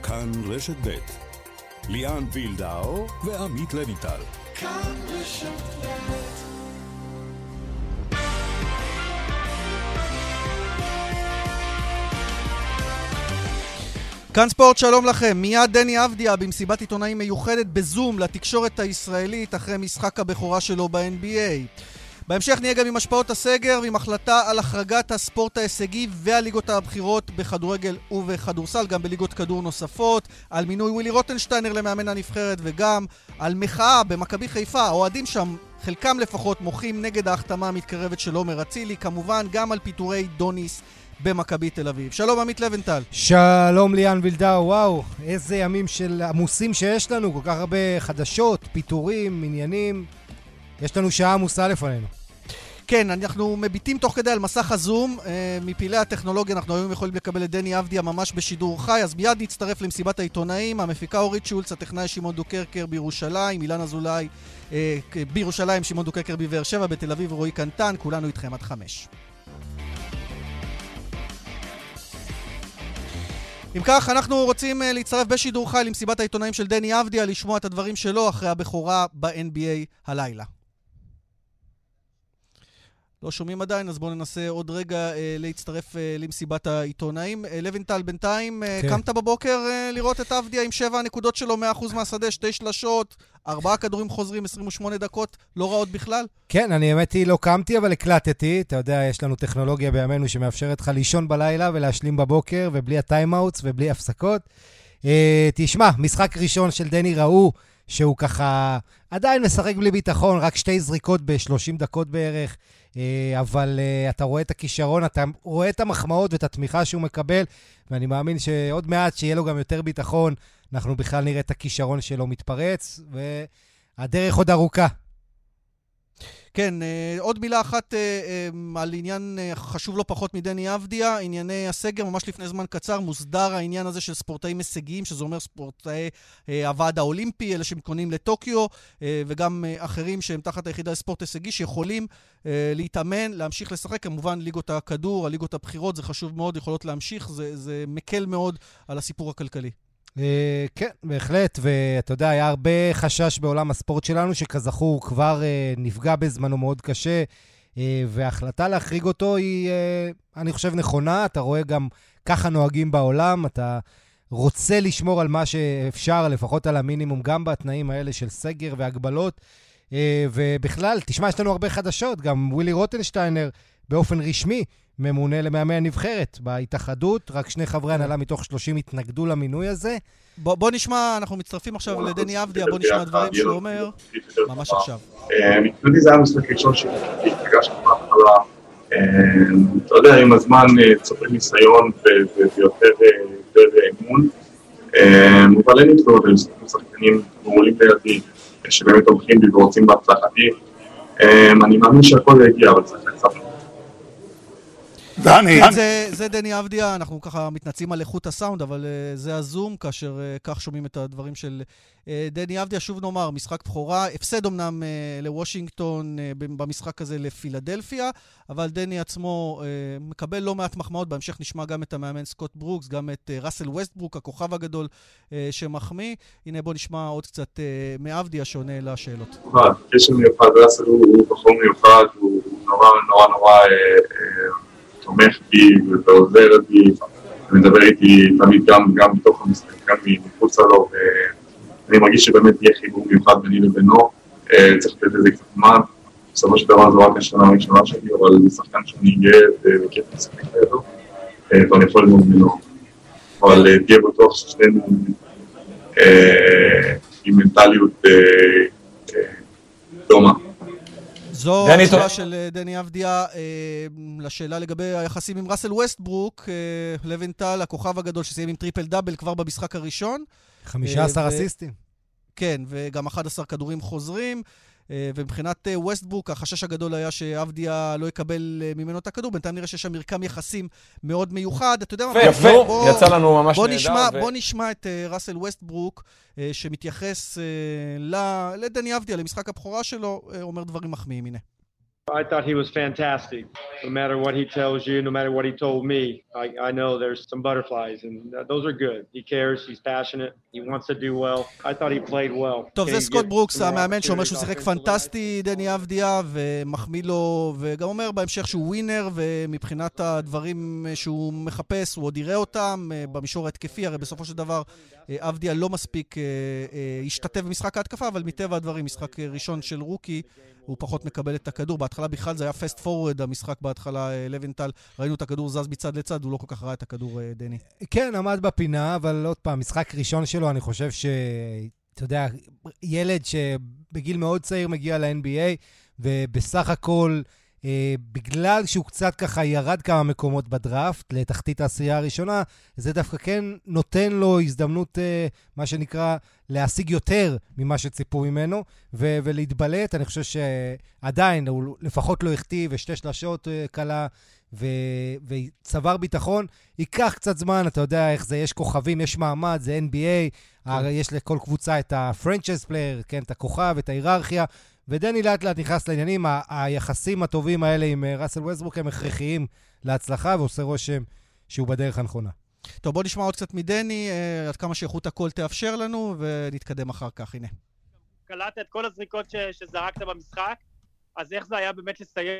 כאן רשת ב' ליאן וילדאו ועמית לויטל. כאן רשת ב'. כאן ספורט, שלום לכם. מיד דני אבדיה במסיבת עיתונאים מיוחדת בזום לתקשורת הישראלית אחרי משחק הבכורה שלו ב-NBA. בהמשך נהיה גם עם השפעות הסגר ועם החלטה על החרגת הספורט ההישגי והליגות הבכירות בכדורגל ובכדורסל, גם בליגות כדור נוספות, על מינוי ווילי רוטנשטיינר למאמן הנבחרת וגם על מחאה במכבי חיפה. האוהדים שם, חלקם לפחות, מוחים נגד ההחתמה המתקרבת של עומר אצילי, כמובן גם על פיטורי דוניס במכבי תל אביב. שלום עמית לבנטל. שלום ליאן וילדאו. וואו, איזה ימים של עמוסים שיש לנו, כל כך הרבה חדשות, פיטורים, עניינים. יש לנו שעה עמוסה לפנינו. כן, אנחנו מביטים תוך כדי על מסך הזום. מפעילי הטכנולוגיה אנחנו היום יכולים לקבל את דני אבדיה ממש בשידור חי, אז מיד נצטרף למסיבת העיתונאים. המפיקה אורית שולץ, הטכנאי שמעון דוקרקר בירושלים, אילן אזולאי בירושלים, שמעון דוקרקר בבאר שבע, בתל אביב רועי קנטן. כולנו איתכם עד 5. אם כך, אנחנו רוצים להצטרף בשידור חי למסיבת העיתונאים של דני אבדיה, לשמוע את הדברים שלו אחרי הבכורה ב-NBA הלילה. לא שומעים עדיין, אז בואו ננסה עוד רגע להצטרף למסיבת העיתונאים. לוינטל, בינתיים, קמת בבוקר לראות את אבדיה עם 7 הנקודות שלו, 100% מהשדה, 2 שלשות, 4 כדורים חוזרים, 28 דקות, לא רעות בכלל? כן, אני האמת לא קמתי, אבל הקלטתי. אתה יודע, יש לנו טכנולוגיה בימינו שמאפשרת לך לישון בלילה ולהשלים בבוקר, ובלי הטיימאוטס ובלי הפסקות. תשמע, משחק ראשון של דני ראו, שהוא ככה עדיין משחק בלי ביטחון, רק 2 זריקות ב-30 דקות בערך, אבל אתה רואה את הכישרון, אתה רואה את המחמאות ואת התמיכה שהוא מקבל, ואני מאמין שעוד מעט שיהיה לו גם יותר ביטחון, אנחנו בכלל נראה את הכישרון שלו מתפרץ, והדרך עוד ארוכה. כן, עוד מילה אחת על עניין חשוב לא פחות מדני אבדיה, ענייני הסגר. ממש לפני זמן קצר מוסדר העניין הזה של ספורטאים הישגיים, שזה אומר ספורטאי הוועד האולימפי, אלה שמתכוננים לטוקיו, וגם אחרים שהם תחת היחידה לספורט הישגי, שיכולים להתאמן, להמשיך לשחק. כמובן ליגות הכדור, הליגות הבחירות, זה חשוב מאוד, יכולות להמשיך, זה מקל מאוד על הסיפור הכלכלי. כן, בהחלט, ואתה יודע, היה הרבה חשש בעולם הספורט שלנו, שכזכור כבר נפגע בזמנו מאוד קשה, וההחלטה להחריג אותו היא, אני חושב, נכונה. אתה רואה גם ככה נוהגים בעולם, אתה רוצה לשמור על מה שאפשר, לפחות על המינימום, גם בתנאים האלה של סגר והגבלות, ובכלל, תשמע, יש לנו הרבה חדשות, גם ווילי רוטנשטיינר באופן רשמי, ממונה למאמן הנבחרת בהתאחדות, רק 2 חברי הנהלה מתוך 30 התנגדו למינוי הזה. בוא נשמע, אנחנו מצטרפים עכשיו לדני אבדיה, בוא נשמע דברים שהוא אומר ממש עכשיו. מבחינתי זה היה משחק ראשון שהתרגשתי מההתחלה. אתה יודע, עם הזמן צובר ניסיון ויותר אמון, אבל אין לי שחקנים מעולים לידי, שבאמת הולכים בי ורוצים בהצלחתי. אני מאמין שהכל יגיע, אבל צריך קצת. זה דני אבדיה, אנחנו ככה מתנצלים על איכות הסאונד, אבל זה הזום, כאשר כך שומעים את הדברים של דני אבדיה. שוב נאמר, משחק בכורה, הפסד אמנם לוושינגטון במשחק הזה לפילדלפיה, אבל דני עצמו מקבל לא מעט מחמאות. בהמשך נשמע גם את המאמן סקוט ברוקס, גם את ראסל ווסטברוק, הכוכב הגדול שמחמיא. הנה בוא נשמע עוד קצת מאבדיה שעונה לשאלות. קשר מיוחד, ראסל הוא בחור מיוחד, הוא נורא תומך בי ועוזר בי, ומדבר איתי תמיד גם בתוך המשחק, גם מחוץ לו, ואני מרגיש שבאמת יהיה חיבור מיוחד ביני לבינו. צריך לתת לזה קצת זמן, בסופו של דבר זו רק השנה הראשונה שלי, אבל זה שחקן שאני גאה וכיף לשחק לידו, ואני יכול ללמוד ממנו. אבל תהיה בטוח ששנינו עם מנטליות דומה. זו התשובה של דני אבדיה לשאלה לגבי היחסים עם ראסל ווסטברוק. לוינטל, הכוכב הגדול שסיים עם טריפל דאבל כבר במשחק הראשון. 15 אסיסטים. כן, וגם 11 כדורים חוזרים. ומבחינת ווסטברוק, החשש הגדול היה שאבדיה לא יקבל ממנו את הכדור. בינתיים נראה שיש שם מרקם יחסים מאוד מיוחד. אתה יודע מה? יפה, יצא לנו ממש נהדר. בוא נשמע את ראסל ווסטברוק, שמתייחס לדני אבדיה, למשחק הבכורה שלו, אומר דברים מחמיאים. הנה. I thought he was fantastic. No matter what he tells you, no matter what he told me, I know there's some butterflies, and those are good. He cares, he's passionate, he wants to do well. I thought he played well. טוב, זה סקוט ברוקס, המאמן שאומר שהוא שיחק פנטסטי, דני אבדיה, ומחמיא לו, וגם אומר בהמשך שהוא ווינר, ומבחינת הדברים שהוא מחפש, הוא עוד יראה אותם במישור ההתקפי, הרי בסופו של דבר אבדיה לא מספיק השתתף במשחק ההתקפה, אבל מטבע הדברים, משחק ראשון של רוקי, הוא פחות מקבל את הכדור. בהתחלה בכלל זה היה פסט פורוורד, המשחק בהתחלה לבנטל, ראינו את הכדור זז מצד לצד, הוא לא כל כך ראה את הכדור, דני. כן, עמד בפינה, אבל עוד פעם, משחק ראשון שלו, אני חושב אתה יודע, ילד שבגיל מאוד צעיר מגיע ל-NBA, ובסך הכל, בגלל שהוא קצת ככה ירד כמה מקומות בדראפט, לתחתית העשייה הראשונה, זה דווקא כן נותן לו הזדמנות, מה שנקרא, להשיג יותר ממה שציפו ממנו, ולהתבלט. אני חושב שעדיין, הוא לפחות לא הכתיב, ושתי שלשות קלה, וצבר ביטחון. ייקח קצת זמן, אתה יודע איך זה, יש כוכבים, יש מעמד, זה NBA, יש לכל קבוצה את ה-franchise player, כן, את הכוכב, את ההיררכיה, ודני לאט לאט נכנס לעניינים. היחסים הטובים האלה עם ראסל ווסטברוק הם הכרחיים להצלחה, ועושה רושם שהוא בדרך הנכונה. טוב, בוא נשמע עוד קצת מדני, עד כמה שאיכות הכל תאפשר לנו, ונתקדם אחר כך, הנה. קלטת את כל הזריקות שזרקת במשחק, אז איך זה היה באמת לסיים?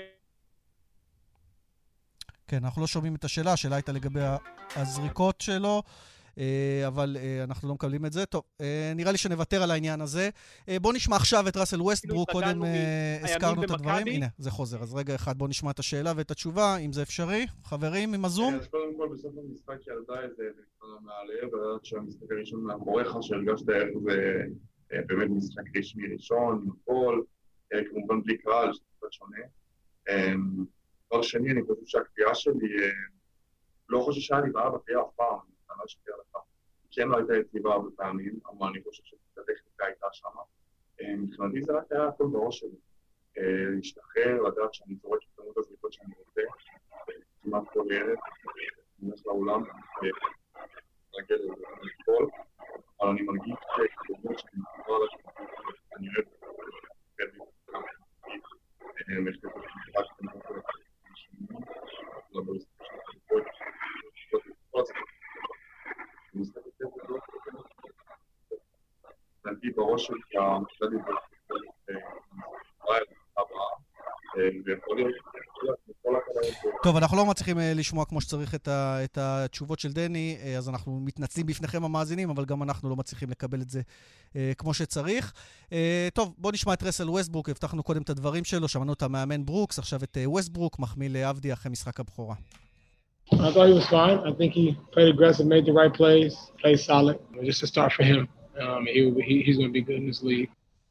כן, אנחנו לא שומעים את השאלה הייתה לגבי הזריקות שלו, אבל אנחנו לא מקבלים את זה. טוב, נראה לי שנוותר על העניין הזה. בוא נשמע עכשיו את ראסל ווסטברוק, קודם הזכרנו את הדברים. הנה, זה חוזר. אז רגע אחד, בוא נשמע את השאלה ואת התשובה, אם זה אפשרי. חברים, עם הזום? אז קודם כל, בסוף המשחק ילדה איזה מעלה, ולדעת שהמשחק הראשון מאחוריך, שהרגשת איך זה באמת משחק רשמי ראשון, עם הכל, כמובן בלי קהל, שזה קצת שונה. דבר שני, אני חושב שהקביעה שלי, לא חושב שהיה לי בעיה בקביעה אף פעם, אני לא אשקיע לך. כן לא הייתה יציבה הרבה פעמים, אבל אני חושב שהטכניקה הייתה שם. מבחינתי זה רק היה הכל בראש שלי. להשתחרר, לדעת שאני זורק את כמות הזריקות שאני רוצה, כמעט כל ילד, אני הולך לאולם, רגל לכל, אבל אני מרגיש כמות שאני מתחבר על השביל, אני אוהב מחלקת המשחק כמות השמינים, לבוא לספר של החלקות, אני מסתכל את זה לא נגיד בראש של המשלדים טוב, אנחנו לא מצליחים לשמוע כמו שצריך את התשובות של דני, אז אנחנו מתנצלים בפניכם המאזינים, אבל גם אנחנו לא מצליחים לקבל את זה כמו שצריך. טוב, בוא נשמע את ראסל ווסטברוק, הבטחנו קודם את הדברים שלו, שמענו את המאמן ברוקס, עכשיו את ווסטברוק, מחמיא לאבדי אחרי משחק הבכורה. I thought he was fine. I think he played aggressive, made the right plays, played solid. Just a start for him. He's going to be good in this league.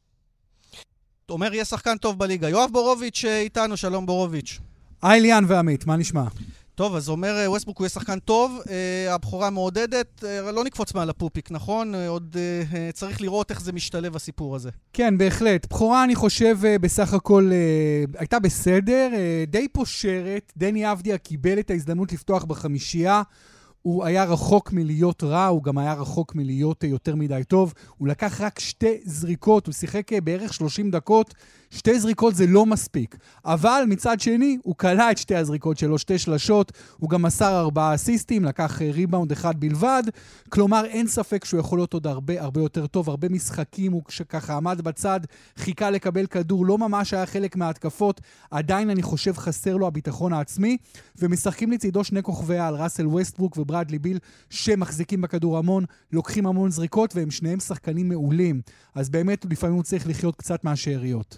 אומר, יהיה שחקן טוב בליגה. יואב בורוביץ' איתנו, שלום בורוביץ'. היי ליאן ועמית, מה נשמע? טוב, אז אומר, ווסטברוק הוא יהיה שחקן טוב, הבחורה מעודדת, לא נקפוץ מעל הפופיק, נכון? עוד צריך לראות איך זה משתלב הסיפור הזה. כן, בהחלט. בחורה, אני חושב, בסך הכל הייתה בסדר, די פושרת. דני אבדיה קיבל את ההזדמנות לפתוח בחמישייה, הוא היה רחוק מלהיות רע, הוא גם היה רחוק מלהיות יותר מדי טוב. הוא לקח רק 2 זריקות, הוא שיחק בערך 30 דקות. 2 זריקות זה לא מספיק. אבל מצד שני, הוא קלה את 2 הזריקות שלו, 2 שלשות. הוא גם מסר 4 אסיסטים, לקח ריבאונד 1 בלבד. כלומר, אין ספק שהוא יכול להיות עוד הרבה יותר טוב. הרבה משחקים, הוא ככה עמד בצד, חיכה לקבל כדור, לא ממש היה חלק מההתקפות. עדיין אני חושב חסר לו הביטחון העצמי. ומשחקים לצידו 2 כוכבי על ראסל ווסטברוק וברדלי ביל, שמחזיקים בכדור המון, לוקחים המון זריקות, והם שניהם שחקנים מעולים. אז באמת לפעמים הוא צריך לחיות קצת מהשאריות.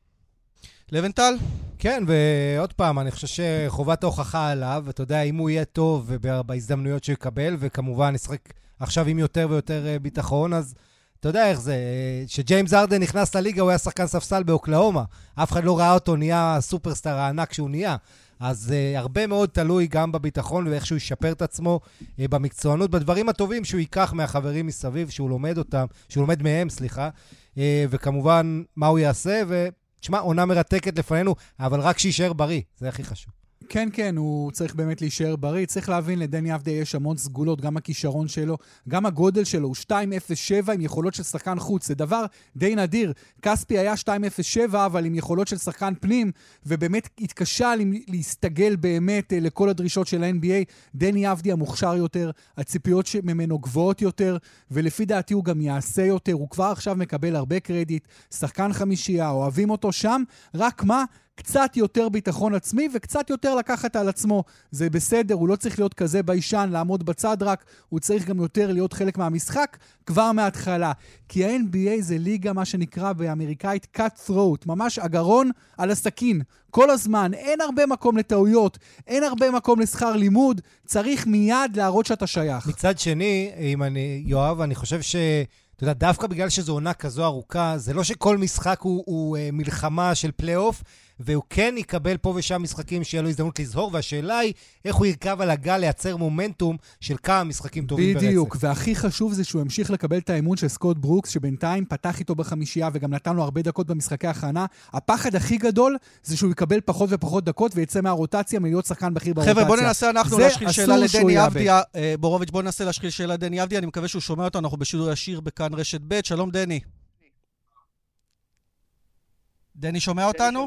לבנטל? כן, ועוד פעם, אני חושב שחובת ההוכחה עליו, ואתה יודע, אם הוא יהיה טוב בהזדמנויות שהוא יקבל, וכמובן נשחק עכשיו עם יותר ויותר ביטחון, אז אתה יודע איך זה, שג'יימס ארדן נכנס לליגה, הוא היה שחקן ספסל באוקלהומה, אף אחד לא ראה אותו, נהיה הסופרסטאר הענק שהוא נהיה, אז הרבה מאוד תלוי גם בביטחון, ואיך שהוא ישפר את עצמו במקצוענות, בדברים הטובים שהוא ייקח מהחברים מסביב, שהוא לומד אותם, שהוא לומד מהם, וכמובן מה הוא יעשה, תשמע, עונה מרתקת לפנינו, אבל רק שישאר בריא, זה הכי חשוב. כן, כן, הוא צריך באמת להישאר בריא. צריך להבין, לדני אבדיה יש המון סגולות, גם הכישרון שלו, גם הגודל שלו, הוא 2.07 עם יכולות של שחקן חוץ. זה דבר די נדיר. כספי היה 2.07, אבל עם יכולות של שחקן פנים, ובאמת התקשה להסתגל באמת לכל הדרישות של ה-NBA. דני אבדיה מוכשר יותר, הציפיות ממנו גבוהות יותר, ולפי דעתי הוא גם יעשה יותר. הוא כבר עכשיו מקבל הרבה קרדיט, שחקן חמישייה, אוהבים אותו שם, רק מה? קצת יותר ביטחון עצמי וקצת יותר לקחת על עצמו. זה בסדר, הוא לא צריך להיות כזה ביישן, לעמוד בצד רק, הוא צריך גם יותר להיות חלק מהמשחק כבר מההתחלה. כי ה-NBA זה ליגה, מה שנקרא באמריקאית cut throat, ממש אגרון על הסכין. כל הזמן, אין הרבה מקום לטעויות, אין הרבה מקום לשכר לימוד, צריך מיד להראות שאתה שייך. מצד שני, יואב, אני חושב אתה יודע, דווקא בגלל שזו עונה כזו ארוכה, זה לא שכל משחק הוא מלחמה של פלייאוף, והוא כן יקבל פה ושם משחקים שיהיה לו הזדמנות לזהור, והשאלה היא איך הוא ירכב על הגל לייצר מומנטום של כמה משחקים טובים ברצף. בדיוק, והכי חשוב זה שהוא המשיך לקבל את האמון של סקוט ברוקס, שבינתיים פתח איתו בחמישייה וגם נתן לו הרבה דקות במשחקי הכנה. הפחד הכי גדול זה שהוא יקבל פחות ופחות דקות ויצא מהרוטציה מלהיות שחקן בכיר ברוטציה. חבר'ה, בוא ננסה אנחנו להשחיל שאלה לדני אבדיה. בורוביץ', בוא ננסה להשחיל שאלה לדני אבדיה. אני מקווה שהוא שומע אותנו, אנחנו בשידור ישיר בכאן רשת ב'. שלום דני. דני שומע אותנו?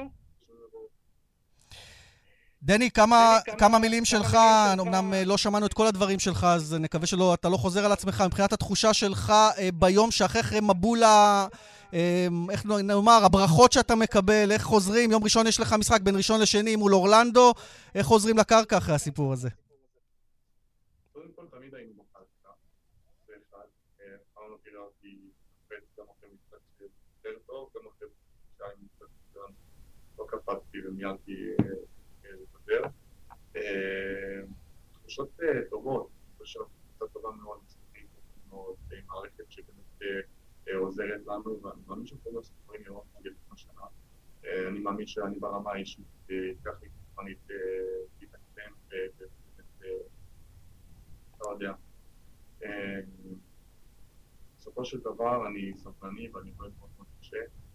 דני, כמה מילים שלך, אמנם לא שמענו את כל הדברים שלך, אז נקווה שאתה לא חוזר על עצמך. מבחינת התחושה שלך ביום שאחרי מבולה, איך נאמר, הברכות שאתה מקבל, איך חוזרים? יום ראשון יש לך משחק בין ראשון לשני מול אורלנדו, איך חוזרים לקרקע אחרי הסיפור הזה? קודם כל, תמיד היינו בקרקע. זה אחד. פעם לא פירה אותי נפט גם אחרי משחק יותר טוב, גם אחרי משחק משחק לא קפצתי ומיידתי לדבר. תחושות טובות, תחושות קצת טובה מאוד, מאוד מערכת שבאמת עוזרת לנו, ואני מאמין שאנחנו לא ספרים לראות נגד השנה. אני מאמין שאני ברמה האישית אקח לי תוכנית להתקדם ובאמת לא יודע. בסופו של דבר אני סבלני ואני רואה מאוד מאוד קשה,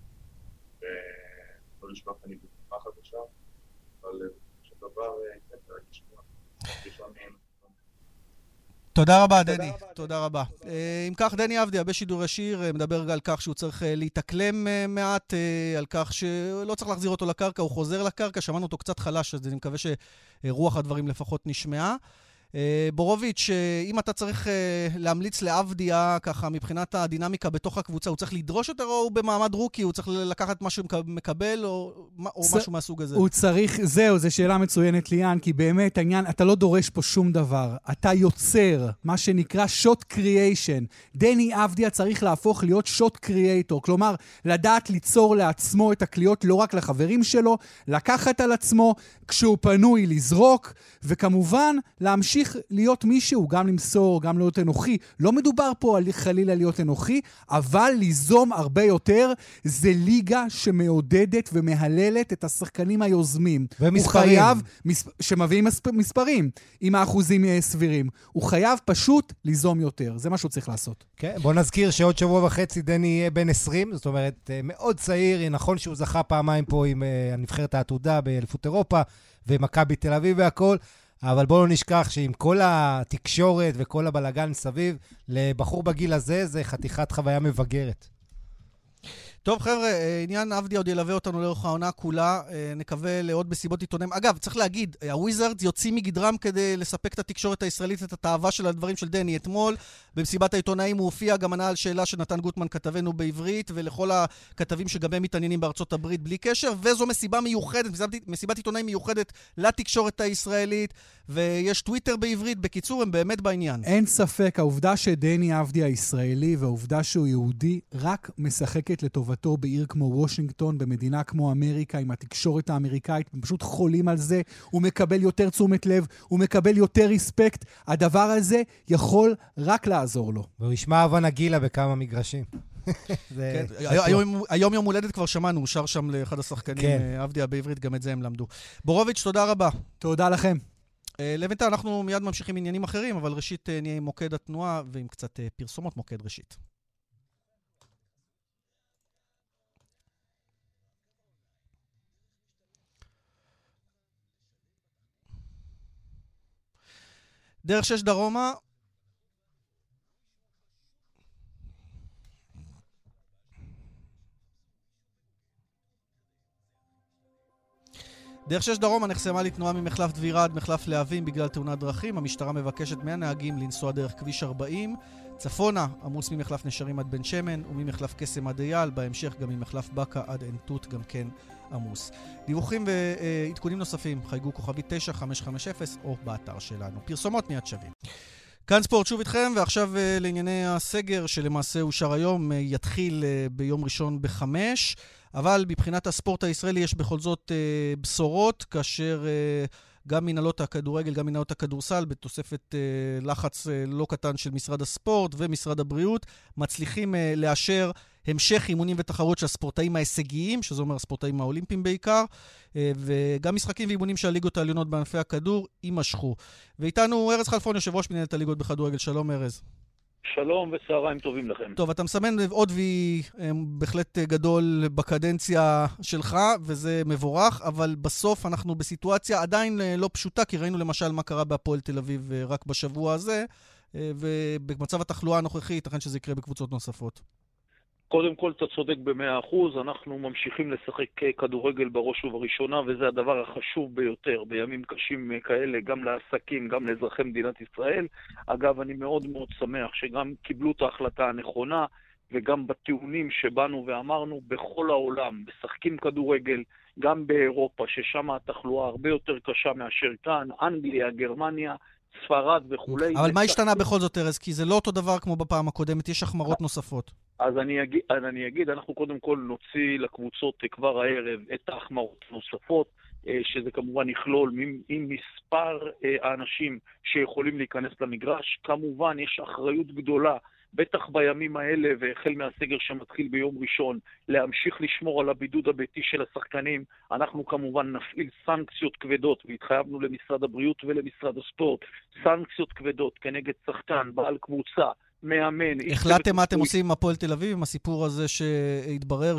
ולא לשמח אני בתקופה חדשה, אבל בסופו של דבר כן, זה רק לשמוע. תודה רבה, דני. תודה רבה. אם כך, דני אבדיה בשידור ישיר מדבר על כך שהוא צריך להתאקלם מעט, על כך שלא צריך להחזיר אותו לקרקע, הוא חוזר לקרקע, שמענו אותו קצת חלש, אז אני מקווה שרוח הדברים לפחות נשמעה. בורוביץ', אם אתה צריך להמליץ לאבדיה, ככה, מבחינת הדינמיקה בתוך הקבוצה, הוא צריך לדרוש יותר או הוא במעמד רוקי, הוא צריך לקחת משהו מקבל או משהו מהסוג הזה? הוא צריך, זו שאלה מצוינת ליאן, כי באמת העניין, אתה לא דורש פה שום דבר, אתה יוצר, מה שנקרא שוט קריאיישן. דני אבדיה צריך להפוך להיות שוט קריאייטור, כלומר, לדעת ליצור לעצמו את הקליעות, לא רק לחברים שלו, לקחת על עצמו, כשהוא פנוי לזרוק, וכמובן, להמשיך להיות מישהו, גם למסור, גם להיות אנוכי. לא מדובר פה על חלילה להיות אנוכי, אבל ליזום הרבה יותר. זה ליגה שמעודדת ומהללת את השחקנים היוזמים. ומספרים. שמביאים מספרים, עם האחוזים סבירים. הוא חייב פשוט ליזום יותר. זה מה שהוא צריך לעשות. כן, בוא נזכיר שעוד שבוע וחצי דני יהיה בן 20, זאת אומרת, מאוד צעיר. נכון שהוא זכה פעמיים פה עם הנבחרת העתודה באליפות אירופה, ומכבי תל אביב והכל. אבל בואו לא נשכח שעם כל התקשורת וכל הבלגן סביב, לבחור בגיל הזה זה חתיכת חוויה מבגרת. טוב חבר'ה, עניין אבדיה עוד ילווה אותנו לאורך העונה כולה, נקווה לעוד מסיבות עיתונאים. אגב, צריך להגיד, הוויזרדס יוצאים מגדרם כדי לספק את התקשורת הישראלית, את התאווה של הדברים של דני. אתמול, במסיבת העיתונאים הוא הופיע, גם ענה על שאלה שנתן גוטמן כתבנו בעברית, ולכל הכתבים שגם הם מתעניינים בארצות הברית בלי קשר, וזו מסיבה מיוחדת, מסיבת עיתונאים מיוחדת לתקשורת הישראלית, ויש טוויטר בעברית. בקיצור, הם באמת בעניין. אין ספק, העובדה שדני אבדיה ישראלי, והעובדה שהוא יהודי, רק משחקת לטובתו בעיר כמו וושינגטון, במדינה כמו אמריקה, עם התקשורת האמריקאית, הם פשוט חולים על זה, הוא מקבל יותר תשומת לב, הוא מקבל יותר ריספקט, הדבר הזה יכול רק לעזור לו. והוא ישמע אבא נגילה בכמה מגרשים. היום יום הולדת כבר שמענו, הוא שר שם לאחד השחקנים, אבדיה בעברית, גם את זה הם למדו. בורוביץ', תודה רבה. תודה לכם. לבינתיים אנחנו מיד ממשיכים עניינים אחרים, אבל ראשית נהיה עם מוקד התנועה ועם קצת פרסומות מוקד ראשית. דרך 6 דרומה. דרך 6 דרומה נחסמה לתנועה ממחלף דבירה עד מחלף להבים בגלל תאונת דרכים. המשטרה מבקשת מהנהגים לנסוע דרך כביש 40. צפונה עמוס ממחלף נשרים עד בן שמן וממחלף קסם עד אייל. בהמשך גם ממחלף בקה עד עין תות גם כן עמוס. דיווחים ועדכונים נוספים חייגו כוכבי 9550 או באתר שלנו. פרסומות מיד שווים. כאן ספורט שוב איתכם, ועכשיו לענייני הסגר שלמעשה אושר היום, יתחיל ביום ראשון ב-5, אבל מבחינת הספורט הישראלי יש בכל זאת בשורות, כאשר גם מנהלות הכדורגל, גם מנהלות הכדורסל, בתוספת לחץ לא קטן של משרד הספורט ומשרד הבריאות, מצליחים לאשר המשך אימונים ותחרות של הספורטאים ההישגיים, שזה אומר הספורטאים האולימפיים בעיקר, וגם משחקים ואימונים של הליגות העליונות בענפי הכדור יימשכו. ואיתנו ארז חלפון, יושב ראש מנהלת הליגות בכדורגל. שלום ארז. שלום וצהריים טובים לכם. טוב, אתה מסמן עוד וי בהחלט גדול בקדנציה שלך, וזה מבורך, אבל בסוף אנחנו בסיטואציה עדיין לא פשוטה, כי ראינו למשל מה קרה בהפועל תל אביב רק בשבוע הזה, ובמצב התחלואה הנוכחי ייתכן שזה יקרה בקבוצות נוספות. קודם כל, אתה צודק ב100%, אנחנו ממשיכים לשחק כדורגל בראש ובראשונה, וזה הדבר החשוב ביותר בימים קשים כאלה, גם לעסקים, גם לאזרחי מדינת ישראל. אגב, אני מאוד מאוד שמח שגם קיבלו את ההחלטה הנכונה, וגם בטיעונים שבאנו ואמרנו, בכל העולם, משחקים כדורגל, גם באירופה, ששם התחלואה הרבה יותר קשה מאשר כאן, אנגליה, גרמניה, ספרד וכולי. אבל מה השתנה בכל זאת, ארז? כי זה לא אותו דבר כמו בפעם הקודמת, יש החמרות נוספות. אז אני אגיד, אנחנו קודם כל נוציא לקבוצות כבר הערב את ההחמרות נוספות, שזה כמובן יכלול עם מספר האנשים שיכולים להיכנס למגרש. כמובן יש אחריות גדולה, בטח בימים האלה והחל מהסגר שמתחיל ביום ראשון, להמשיך לשמור על הבידוד הביתי של השחקנים. אנחנו כמובן נפעיל סנקציות כבדות, והתחייבנו למשרד הבריאות ולמשרד הספורט, סנקציות כבדות כנגד שחקן, בעל קבוצה, מאמן. החלטתם מה אתם עושים עם הפועל תל אביב, עם הסיפור הזה שהתברר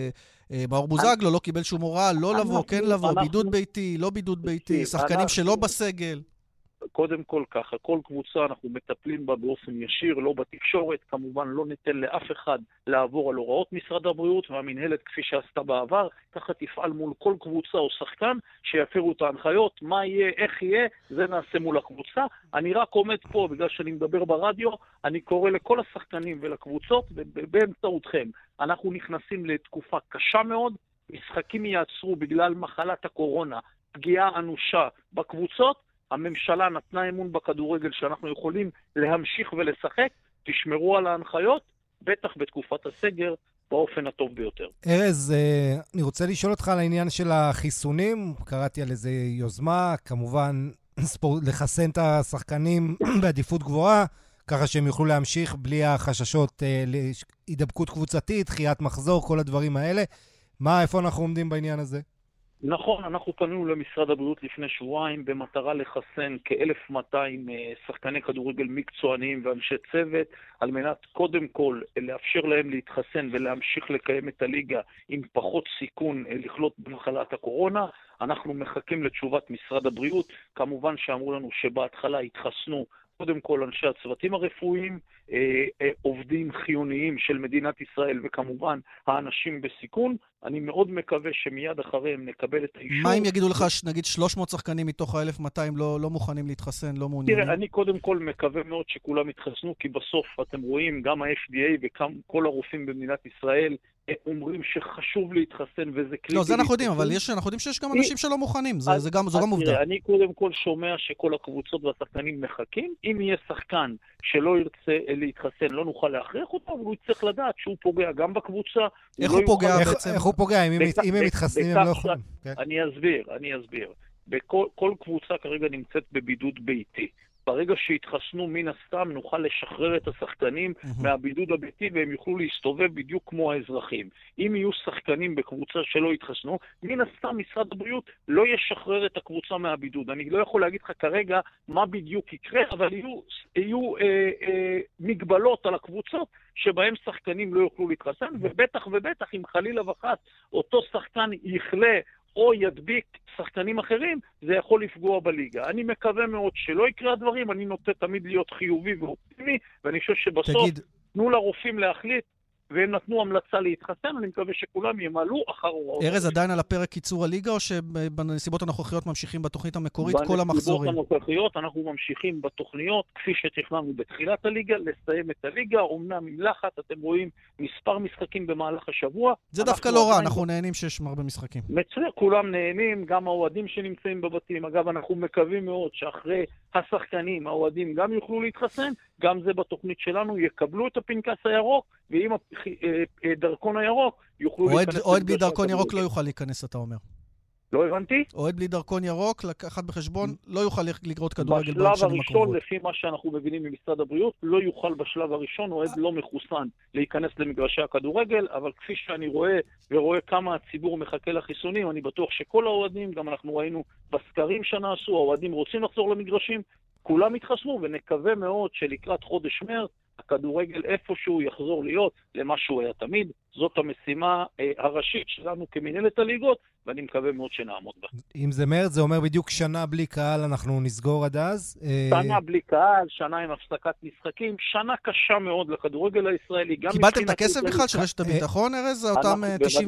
שמאור בוזגלו לא קיבל שום הוראה, לא לבוא, כן לבוא, בידוד ביתי, לא בידוד ביתי, שחקנים שלא בסגל? קודם כל ככה, כל קבוצה אנחנו מטפלים בה באופן ישיר, לא בתקשורת, כמובן לא ניתן לאף אחד לעבור על הוראות משרד הבריאות, והמנהלת כפי שעשתה בעבר, ככה תפעל מול כל קבוצה או שחקן שיפרו את ההנחיות, מה יהיה, איך יהיה, זה נעשה מול הקבוצה. אני רק עומד פה, בגלל שאני מדבר ברדיו, אני קורא לכל השחקנים ולקבוצות, באמצעותכם, אנחנו נכנסים לתקופה קשה מאוד, משחקים יעצרו בגלל מחלת הקורונה, פגיעה אנושה בקבוצות, הממשלה נתנה אמון בכדורגל שאנחנו יכולים להמשיך ולשחק, תשמרו על ההנחיות, בטח בתקופת הסגר, באופן הטוב ביותר. ארז, אני רוצה לשאול אותך על העניין של החיסונים, קראתי על איזה יוזמה, כמובן לחסן את השחקנים בעדיפות גבוהה, ככה שהם יוכלו להמשיך בלי החששות להידבקות קבוצתית, דחיית מחזור, כל הדברים האלה. איפה אנחנו עומדים בעניין הזה? נכון, אנחנו פנינו למשרד הבריאות לפני שבועיים במטרה לחסן כ-1,200 שחקני כדורגל מקצועניים ואנשי צוות, על מנת קודם כל לאפשר להם להתחסן ולהמשיך לקיים את הליגה עם פחות סיכון לחלות במחלת הקורונה. אנחנו מחכים לתשובת משרד הבריאות, כמובן שאמרו לנו שבהתחלה התחסנו קודם כל אנשי הצוותים הרפואיים, עובדים חיוניים של מדינת ישראל, וכמובן האנשים בסיכון. אני מאוד מקווה שמיד אחריהם נקבל את האישור. מה אם יגידו לך, נגיד 300 שחקנים מתוך ה-1,200 לא מוכנים להתחסן, לא מעוניינים? תראה, אני קודם כל מקווה מאוד שכולם יתחסנו, כי בסוף אתם רואים, גם ה-FDA וכל הרופאים במדינת ישראל אומרים שחשוב להתחסן וזה קריטי. לא, זה אנחנו יודעים, אבל אנחנו יודעים שיש גם אנשים שלא מוכנים, זו גם עובדה. אני קודם כל שומע שכל הקבוצות והשחקנים מחכים. אם יהיה שחקן שלא ירצה להתחסן, לא נוכל להכריח אותו, אבל הוא יצטרך לדעת שהוא פוגע גם בקבוצה. איך הוא פוגע בעצם? איך הוא פוגע? אם הם מתחסנים הם לא יכולים. אני אסביר. כל קבוצה כרגע נמצאת בבידוד ביתי. ברגע שהתחסנו מן הסתם נוכל לשחרר את השחקנים מהבידוד הביתי והם יוכלו להסתובב בדיוק כמו האזרחים. אם יהיו שחקנים בקבוצה שלא התחסנו, מן הסתם משרד הבריאות לא ישחרר את הקבוצה מהבידוד. אני לא יכול להגיד לך כרגע מה בדיוק יקרה, אבל יהיו מגבלות על הקבוצות שבהם שחקנים לא יוכלו להתחסן, ובטח ובטח אם חלילה וחס אותו שחקן יחלה או ידביק שחקנים אחרים, זה יכול לפגוע בליגה. אני מקווה מאוד שלא יקרה הדברים, אני נוטה תמיד להיות חיובי ואופטימי, ואני חושב שבסוף תנו לרופאים להחליט, והם נתנו המלצה להתחסן, אני מקווה שכולם ימלאו אחר הוראות. ארז, עדיין על הפרק קיצור הליגה, או שבנסיבות הנוכחיות ממשיכים בתוכנית המקורית כל המחזורים? בנסיבות הנוכחיות אנחנו ממשיכים בתוכניות, כפי שתכננו בתחילת הליגה, לסיים את הליגה, אומנם עם לחץ, אתם רואים מספר משחקים במהלך השבוע. זה דווקא לא רע, אנחנו נהנים שיש הרבה משחקים. מצוין, כולם נהנים, גם האוהדים שנמצאים בבתים. אגב, אנחנו מקווים מאוד שאחרי השחקנים, האוהדים גם יוכלו להתחסן, גם זה בתוכנית שלנו, יקבלו את הפנקס הירוק, ועם הדרכון הירוק יוכלו להיכנס. אוהד בלי דרכון ירוק לא יוכל להיכנס, אתה אומר. לא הבנתי? אוהד בלי דרכון ירוק, לקחת בחשבון, לא יוכל לגרות כדורגל בשנים הקרובות. בשלב הראשון, לפי מה שאנחנו מבינים ממשרד הבריאות, לא יוכל בשלב הראשון, אוהד לא מחוסן, להיכנס למגרשי הכדורגל, אבל כפי שאני רואה כמה הציבור מחכה לחיסונים, אני בטוח שכל האוהדים, גם אנחנו ראינו בסקרים שנעשו, האוהדים רוצים לחזור למגרשים, כולם התחסנו, ונקווה מאוד שלקראת חודש מרץ, הכדורגל איפשהו יחזור להיות למה שהוא היה תמיד. זאת המשימה הראשית שלנו כמנהלת הליגות, ואני מקווה מאוד שנעמוד בה. אם זה מרץ, זה אומר בדיוק שנה בלי קהל, אנחנו נסגור עד אז. שנה בלי קהל, שנה עם הפסקת משחקים, שנה קשה מאוד לכדורגל הישראלי. קיבלתם את הכסף בכלל של רשת הביטחון, ארז? אותם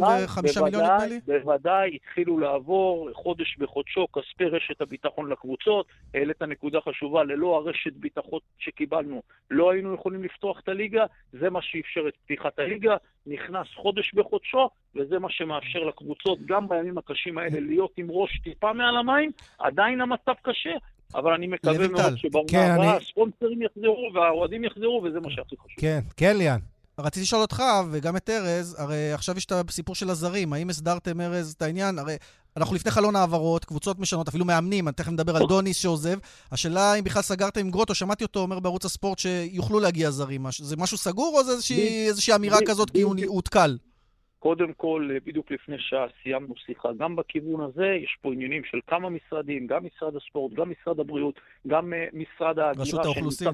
95 מיליון נדמה לי? בוודאי, התחילו לעבור חודש בחודשו כספי רשת הביטחון לקבוצות. העלית נקודה חשובה, ללא הרשת ביטחון שקיבלנו, לא היינו יכולים לפתוח את הליגה, זה מה שאפשר את פתיחת הליגה, נכנס חודש בחודשו, וזה מה שמאפשר לקבוצות גם בימים הקשים האלה להיות עם ראש טיפה מעל המים. עדיין המצב קשה, אבל אני מקווה מאוד שבעונה הבאה הספונסרים יחזרו והאוהדים יחזרו, וזה מה שהכי חשוב. כן, ליאן. רציתי לשאול אותך, וגם את ארז, הרי עכשיו יש את הסיפור של הזרים, האם הסדרתם ארז את העניין? הרי אנחנו לפני חלון העברות, קבוצות משנות, אפילו מאמנים, אני תכף מדבר על דוניס שעוזב, השאלה אם בכלל סגרתם עם גרוטו, שמעתי אותו אומר בערוץ הספורט שיוכלו להגיע זרים, זה משהו סגור או זה איזושהי אמירה כזאת כי הוא הותקל? קודם כל, בדיוק לפני שעה סיימנו שיחה, גם בכיוון הזה יש פה עניינים של כמה משרדים, גם משרד הספורט, גם משרד הבריאות, גם משרד ההגירה שנמצא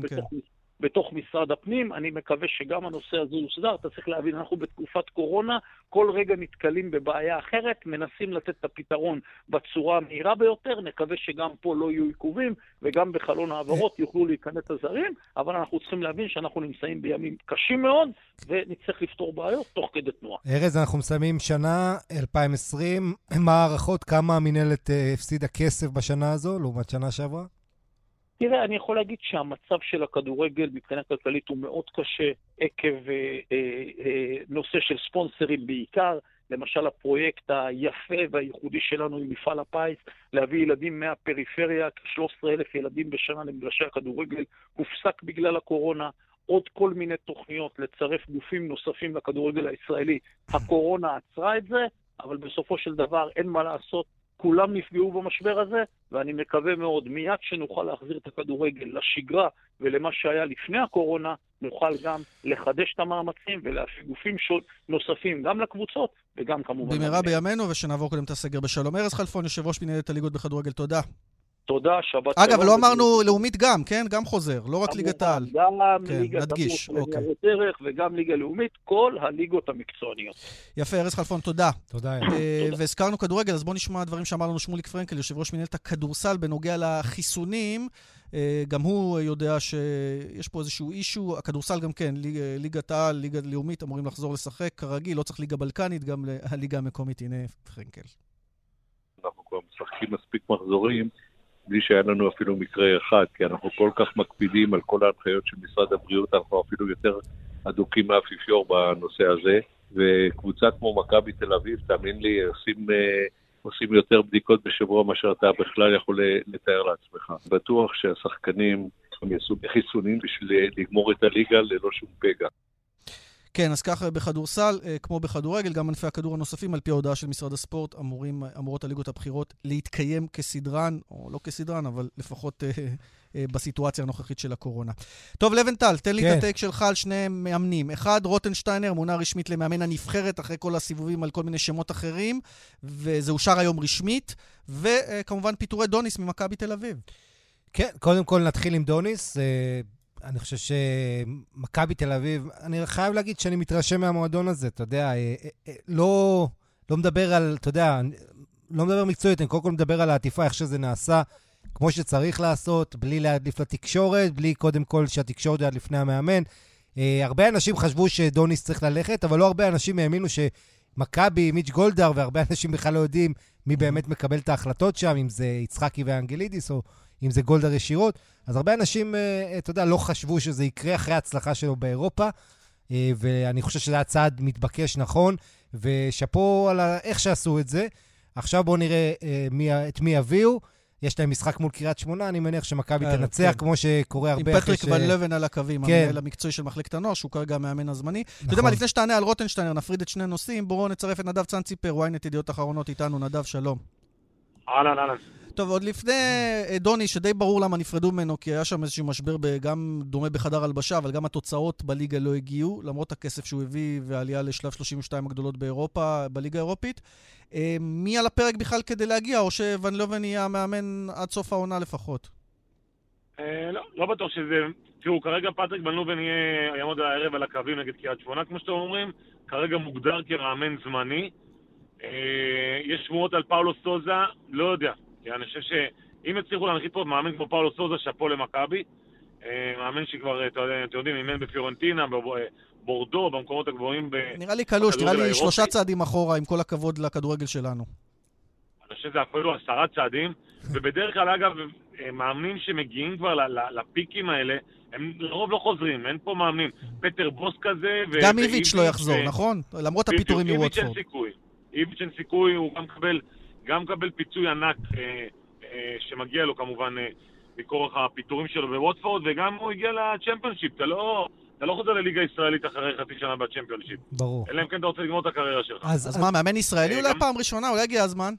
בתוך משרד הפנים. אני מקווה שגם הנושא הזה יוסדר. אתה צריך להבין, אנחנו בתקופת קורונה, כל רגע נתקלים בבעיה אחרת, מנסים לתת את הפתרון בצורה המהירה ביותר, נקווה שגם פה לא יהיו עיכובים, וגם בחלון העברות יוכלו להיכנס הזרים, אבל אנחנו צריכים להבין שאנחנו נמצאים בימים קשים מאוד, ונצטרך לפתור בעיות תוך כדי תנועה. ארז, אנחנו מסיימים שנה 2020, מה הערכות, כמה המנהלת הפסידה כסף בשנה הזו, לעומת שנה שעברה? תראה, אני יכול להגיד שהמצב של הכדורגל מבחינה כלכלית הוא מאוד קשה, עקב נושא של ספונסרים בעיקר. למשל הפרויקט היפה והייחודי שלנו עם מפעל הפיס, להביא ילדים מהפריפריה, כ-13,000 ילדים בשנה למגרשי הכדורגל, הופסק בגלל הקורונה. עוד כל מיני תוכניות לצרף גופים נוספים לכדורגל הישראלי. הקורונה עצרה את זה, אבל בסופו של דבר אין מה לעשות. כולם נפגעו במשבר הזה, ואני מקווה מאוד, מיד שנוכל להחזיר את הכדורגל לשגרה ולמה שהיה לפני הקורונה, נוכל גם לחדש את המאמצים ולהפיק גופים נוספים, גם לקבוצות וגם כמובן. במהרה בימינו, ושנעבור קודם את הסגר בשלום. ארז חלפון, יושב ראש מנהלת הליגות בכדורגל, תודה. תודה, שבת שלום. אגב, לא אמרנו לאומית גם, כן? גם חוזר, לא רק ליגת העל. גם ליגת הניירות ערך וגם ליגה לאומית, כל הליגות המקצועניות. יפה, ארז חלפון, תודה. תודה. והזכרנו כדורגל, אז בואו נשמע דברים שאמר לנו שמוליק פרנקל, יושב ראש מנהלת הכדורסל בנוגע לחיסונים. גם הוא יודע שיש פה איזשהו אישו, הכדורסל גם כן, ליגת העל, ליגה לאומית, אמורים לחזור לשחק, כרגיל, לא צריך ליגה בלקנית, גם הליגה המקומית, הנה פרנקל. אנחנו כבר משחקים מספיק מחזורים, בלי שהיה לנו אפילו מקרה אחד, כי אנחנו כל כך מקפידים על כל ההנחיות של משרד הבריאות, אנחנו אפילו יותר אדוקים מהאפיפיור בנושא הזה, וקבוצה כמו מכבי תל אביב, תאמין לי, עושים יותר בדיקות בשבוע מאשר אתה בכלל יכול לתאר לעצמך. בטוח שהשחקנים הם יעשו חיסונים בשביל לגמור את הליגה ללא שום פגע. כן, אז ככה בחדורסל, כמו בכדורגל, גם ענפי הכדור הנוספים, על פי ההודעה של משרד הספורט, אמורות הליגות הבחירות להתקיים כסדרן, או לא כסדרן, אבל לפחות בסיטואציה הנוכחית של הקורונה. טוב, לבנטל, תן לי את הטייק שלך על שני מאמנים. אחד, רוטנשטיינר, מונה רשמית למאמן הנבחרת, אחרי כל הסיבובים על כל מיני שמות אחרים, וזה אושר היום רשמית, וכמובן פיטורי דוניס ממכבי תל אביב. כן, קודם כל נתחיל עם דוניס. אני חושב שמכבי תל אביב, אני חייב להגיד שאני מתרשם מהמועדון הזה, אתה יודע, לא מדבר על, אתה יודע, לא מדבר מקצועית, אני קודם כל מדבר על העטיפה, איך שזה נעשה, כמו שצריך לעשות, בלי להדליף לתקשורת, בלי קודם כל שהתקשורת יד לפני המאמן. הרבה אנשים חשבו שדוניס צריך ללכת, אבל לא הרבה אנשים האמינו שמכבי, מיץ' גולדהר, והרבה אנשים בכלל לא יודעים מי באמת מקבל את ההחלטות שם, אם זה יצחקי ואנגלידיס, או אם זה גולדהר ישירות. אז הרבה אנשים, אתה יודע, לא חשבו שזה יקרה אחרי ההצלחה שלו באירופה, ואני חושב שזה הצעד מתבקש נכון, ושפו על איך שעשו את זה. עכשיו בואו נראה את מי יביאו. יש להם משחק מול קריית שמונה, אני מניח שמכבי תנצח, כמו שקורה הרבה עם פטריק ון לבן על הקווים, המנהל המקצועי של מחלקת הנוער, שהוא כרגע המאמן הזמני. אתה יודע מה, לפני שתענה על רוטנשטיינר, נפריד את שני נושאים, בואו נצרף את נדב צאנציפר, ynet ידיעות אחרונות איתנו. נדב, שלום. אהלן. טוב, עוד לפני דוני, שדי ברור למה נפרדו ממנו, כי היה שם איזשהו משבר גם דומה בחדר הלבשה, אבל גם התוצאות בליגה לא הגיעו, למרות הכסף שהוא הביא והעלייה לשלב 32 הגדולות באירופה, בליגה האירופית. מי על הפרק בכלל כדי להגיע, או שוון לובן יהיה המאמן עד סוף העונה לפחות? לא בטוח שזה... תראו, כרגע פטריק ון לובן יעמוד הערב על הקווים נגד קריית שמונה, כמו שאתם אומרים, כרגע מוגדר כמאמן זמני. יש שמועות על פאולו סוזה, לא יודע. אני חושב שאם יצליחו להנחית פה מאמן כמו פאולו סוזה, שפו למכבי, מאמן שכבר, אתם יודעים, אימן בפיורנטינה, בורדו, במקומות הגבוהים. נראה לי קלוש, נראה לי 3 צעדים אחורה, עם כל הכבוד לכדורגל שלנו. אני חושב שזה אפילו 10 צעדים, ובדרך כלל, אגב, מאמנים שמגיעים כבר לפיקים האלה, הם לרוב לא חוזרים, אין פה מאמנים. פטר בוס כזה, גם איביץ' לא יחזור, נכון? למרות הפיטורים מווטפורד. איביץ' אין סיכוי, הוא גם מקבל פיצוי ענק שמגיע לו כמובן מכורח הפיטורים שלו בווטפורד, וגם הוא הגיע לצ'מפיונשיפ. אתה לא חוזר לליגה ישראלית אחרי חצי שנה בצ'מפיונשיפ. ברור. אלא אם כן אתה רוצה לגמור את הקריירה שלך. אז מה, מאמן ישראלי אולי פעם ראשונה? אולי הגיע הזמן?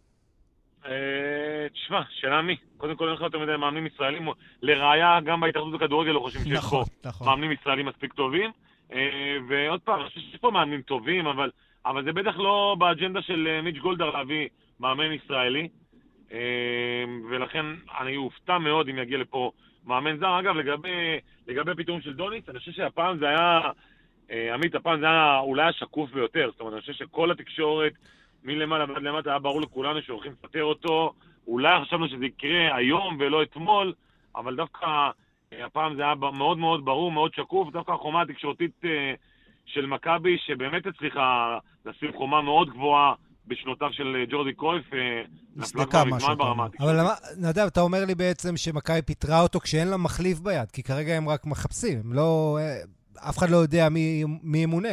תשמע, שאלה מי? קודם כל אין לך יותר מדי מאמנים ישראלים. לראיה, גם בהתאחדות הכדורגל לא חושבים שיש פה מאמנים ישראלים מספיק טובים. ועוד פעם, אני חושב שיש פה מאמנים טובים, אבל זה בטח לא באג'נדה של מיץ' גולדהר להביא מאמן ישראלי. ולכן אני אופתע מאוד אם יגיע לפה מאמן זר. אגב, לגבי פיתום של דוניס, אני חושב שהפעם זה היה, עמית, הפעם זה היה אולי השקוף ביותר. זאת אומרת, אני חושב שכל התקשורת מלמעלה ועד למטה היה ברור לכולנו שהולכים לפטר אותו. אולי חשבנו שזה יקרה היום ולא אתמול, אבל דווקא הפעם זה היה מאוד מאוד ברור, מאוד שקוף. דווקא החומה התקשורתית של מכבי, שבאמת הצליחה לשים חומה מאוד גבוהה בשנותיו של ג'ורדי קרויף, נפלה כבר מזמן ברמה התקשורתית. אבל נדב, אתה אומר לי בעצם שמכבי פיטרה אותו כשאין לה מחליף ביד, כי כרגע הם רק מחפשים, אף אחד לא יודע מי ימונה.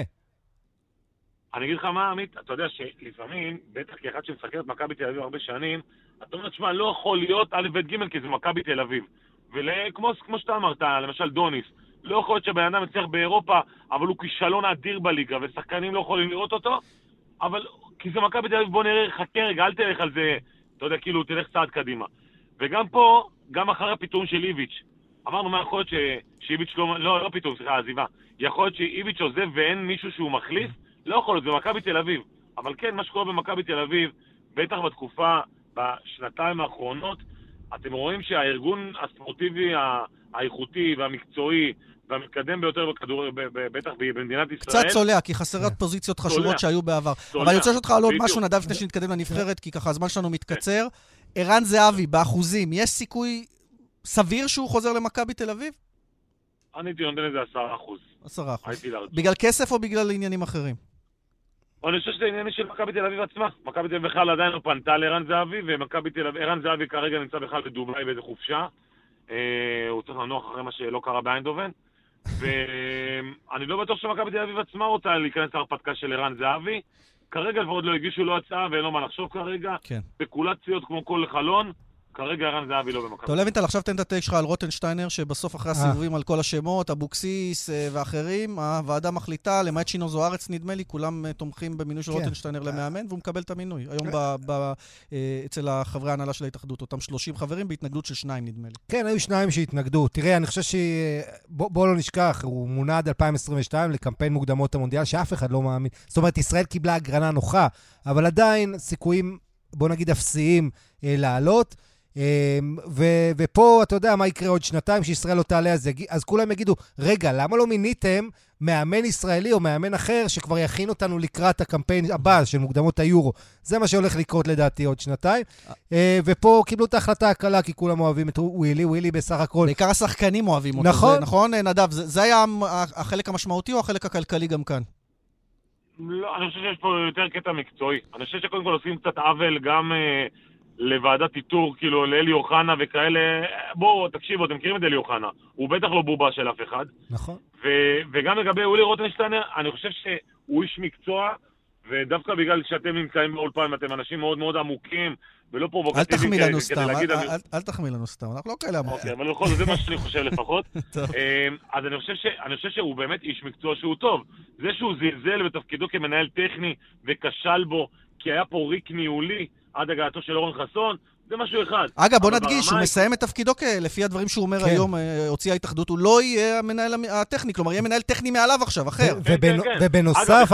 אני אגיד לך מה, עמית, אתה יודע שלפעמים, בטח כאחד שמסקר את מכבי תל אביב הרבה שנים, אתה אומר, תשמע, לא יכול להיות א' ב' ג' כי זה מכבי תל אביב. וכמו שאתה אמרת, למשל דוניס, לא יכול להיות שבן אדם מצליח באירופה, אבל הוא כישלון אדיר בליגה, ושחקנים לא יכולים לראות אותו, אבל כי זה מכבי תל אביב, בוא נראה, חכה רגע, אל תלך על זה, אתה יודע, כאילו, תלך צעד קדימה. וגם פה, גם אחרי הפיתום של איביץ', אמרנו מה יכול להיות שאיביץ' לא פיתום, סליחה, עזיבה. יכול להיות שאיביץ' עוזב ואין מישהו שהוא מחליף, לא יכול להיות, זה מכבי תל אביב. אבל כן, מה שקורה במכבי תל אביב, בטח בתקופה, בשנתיים האחרונות, אתם רואים שהארגון הספורטיבי האיכותי והמקצועי והמתקדם ביותר בטח במדינת ישראל... קצת צולע, כי חסרת פוזיציות חשובות שהיו בעבר. אבל אני רוצה לשאול אותך על עוד משהו, נדב, לפני שנתקדם לנבחרת, כי ככה הזמן שלנו מתקצר. ערן זהבי, באחוזים, יש סיכוי סביר שהוא חוזר למכבי תל אביב? אני הייתי נותן לזה 10%. 10%. בגלל כסף או בגלל עניינים אחרים? אני חושב שזה עניינים של מכבי תל אביב עצמה. מכבי תל אביב בכלל עדיין לא פנתה לערן זהבי, וערן זהבי כרגע נמצא בכלל בדובאי באיזה חופשה. הוא צריך לנוח אחרי מה שלא קרה באיינדובן. ואני לא בטוח שמכבי תל אביב עצמה רוצה להיכנס להרפתקה של ערן זהבי. כרגע לפחות לא הגישו לו הצעה ואין לו מה לחשוב כרגע. ספקולציות כמו כל חלון. כרגע ערן זהבי לא במכבי. טוב, לוינטל, עכשיו תן את הטייק שלך על רוטנשטיינר, שבסוף אחרי הסיבובים על כל השמות, אבוקסיס ואחרים, הוועדה מחליטה, למעט שינו זוארץ נדמה לי, כולם תומכים במינוי של רוטנשטיינר למאמן, והוא מקבל את המינוי. היום אצל החברי ההנהלה של ההתאחדות, אותם 30 חברים בהתנגדות של 2 נדמה לי. כן, היו 2 שהתנגדו. תראה, אני חושב בוא לא נשכח, הוא מונה עד 2022 לקמפיין מוקדמות המונדיאל, שאף אחד לא מאמין. זאת אומרת, ישראל קיבלה הגרנה נוחה, אבל עדיין סיכויים, בוא נגיד, אפסיים לעלות. ופה, אתה יודע מה יקרה עוד שנתיים שישראל לא תעלה, אז כולם יגידו, רגע, למה לא מיניתם מאמן ישראלי או מאמן אחר שכבר יכין אותנו לקראת הקמפיין הבא של מוקדמות היורו? זה מה שהולך לקרות לדעתי עוד שנתיים. ופה קיבלו את ההחלטה הקלה, כי כולם אוהבים את ווילי בסך הכל. בעיקר השחקנים אוהבים אותו. נכון. נכון, נדב? זה היה החלק המשמעותי או החלק הכלכלי גם כאן? לא, אני חושב שיש פה יותר קטע מקצועי. אני חושב שקודם כל עושים קצת עוול גם לוועדת איתור, כאילו לאלי אוחנה וכאלה. בואו, תקשיבו, אתם מכירים את אלי אוחנה. הוא בטח לא בובה של אף אחד. נכון. וגם לגבי ווילי רוטנשטיינר, אני חושב שהוא איש מקצוע, ודווקא בגלל שאתם נמצאים באולפן, אתם אנשים מאוד מאוד עמוקים, ולא פרובוקטיביים אל תחמיא לנו סתם, אנחנו לא כאלה עמוקים. אוקיי, אבל בכל זאת, זה מה שאני חושב לפחות. אז אני חושב שהוא באמת איש מקצוע שהוא טוב. זה שהוא זלזל בתפקידו כמנהל טכני וכשל בו, כי היה פה ריק ניהולי עד הגעתו של אורן חסון, זה משהו אחד. אגב, בוא נדגיש, הוא מסיים את תפקידו לפי הדברים שהוא אומר היום, הוציאה ההתאחדות, הוא לא יהיה המנהל הטכני, כלומר, יהיה מנהל טכני מעליו עכשיו, אחר. ובנוסף,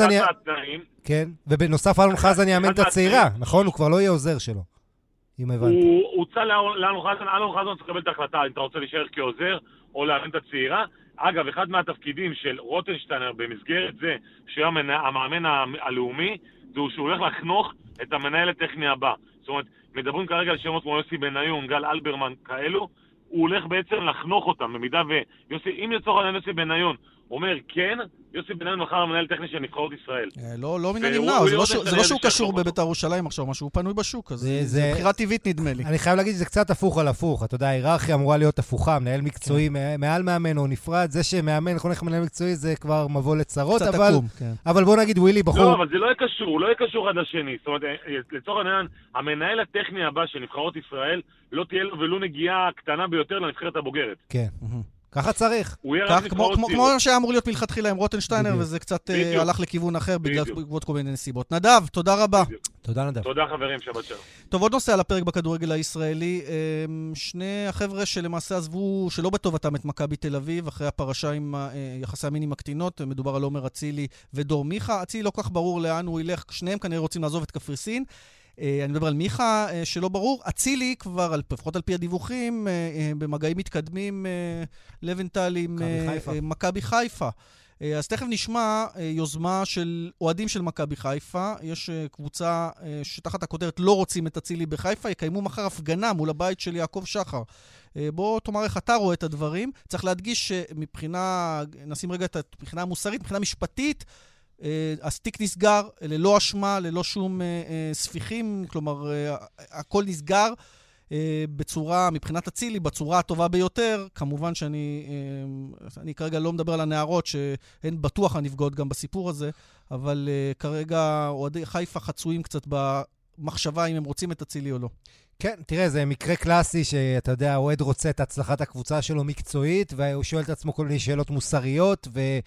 אלון חזן יאמן את הצעירה, נכון? הוא כבר לא יהיה עוזר שלו, אם הבנתי. הוא הוצא לאלון חזן צריך לקבל את ההחלטה, אם אתה רוצה להישאר כעוזר, או לאמן את הצעירה. אגב, אחד מהתפקידים של רוטנשטיינר במסגרת זה, שהוא המאמן הלאומי, זה שהוא הולך לחנוך את המנהל הטכני הבא. זאת אומרת, מדברים כרגע על שמות כמו יוסי בניון, גל אלברמן, כאלו, הוא הולך בעצם לחנוך אותם, במידה אם לצורך העניין יוסי בניון אומר כן, יוסי בניון מחר המנהל טכני של נבחרות ישראל. לא מן הנמנע, זה לא שהוא קשור בבית"ר ירושלים עכשיו, משהו, הוא פנוי בשוק, אז זה בחירה טבעית נדמה לי. אני חייב להגיד שזה קצת הפוך על הפוך, אתה יודע, ההיררכיה אמורה להיות הפוכה, מנהל מקצועי מעל מאמן או נפרד, זה שמאמן חונך מנהל מקצועי זה כבר מבוא לצרות, אבל בוא נגיד ווילי בחור. לא, אבל זה לא יהיה קשור, הוא לא יהיה קשור עד השני, זאת אומרת, לצורך העניין, המנהל הטכני הבא של נבחרות ישראל לא תהיה לו ולו נגיעה קטנה ביותר לנבחרת הבוגרת. כן. ככה צריך. כמו שאמור להיות מלכתחילה עם רוטנשטיינר, וזה קצת הלך לכיוון אחר בגלל כל מיני נסיבות. נדב, תודה רבה. תודה נדב. תודה חברים, שבת שלום. טוב, עוד נושא על הפרק בכדורגל הישראלי. שני החבר'ה שלמעשה עזבו שלא בטובתם את מכבי תל אביב, אחרי הפרשה עם יחסי המין עם הקטינות, מדובר על עומר אצילי ודור מיכה. אצילי לא כך ברור לאן הוא ילך, שניהם כנראה רוצים לעזוב את קפריסין. אני מדבר על מיכה, שלא ברור. אצילי כבר, לפחות על פי הדיווחים, במגעים מתקדמים לבנטל עם מכבי חיפה. אז תכף נשמע יוזמה של אוהדים של מכבי חיפה. יש קבוצה שתחת הכותרת לא רוצים את אצילי בחיפה, יקיימו מחר הפגנה מול הבית של יעקב שחר. בוא תאמר איך אתה רואה את הדברים. צריך להדגיש שמבחינה, נשים רגע את הבחינה המוסרית, מבחינה משפטית, הסטיק נסגר, ללא אשמה, ללא שום ספיחים, כלומר, הכל נסגר בצורה, מבחינת אצילי, בצורה הטובה ביותר. כמובן שאני כרגע לא מדבר על הנערות, שהן בטוח הנפגעות גם בסיפור הזה, אבל כרגע אוהדי חיפה חצויים קצת במחשבה אם הם רוצים את אצילי או לא. כן, תראה, זה מקרה קלאסי שאתה יודע, האוהד רוצה את הצלחת הקבוצה שלו מקצועית, והוא שואל את עצמו כל מיני שאלות מוסריות,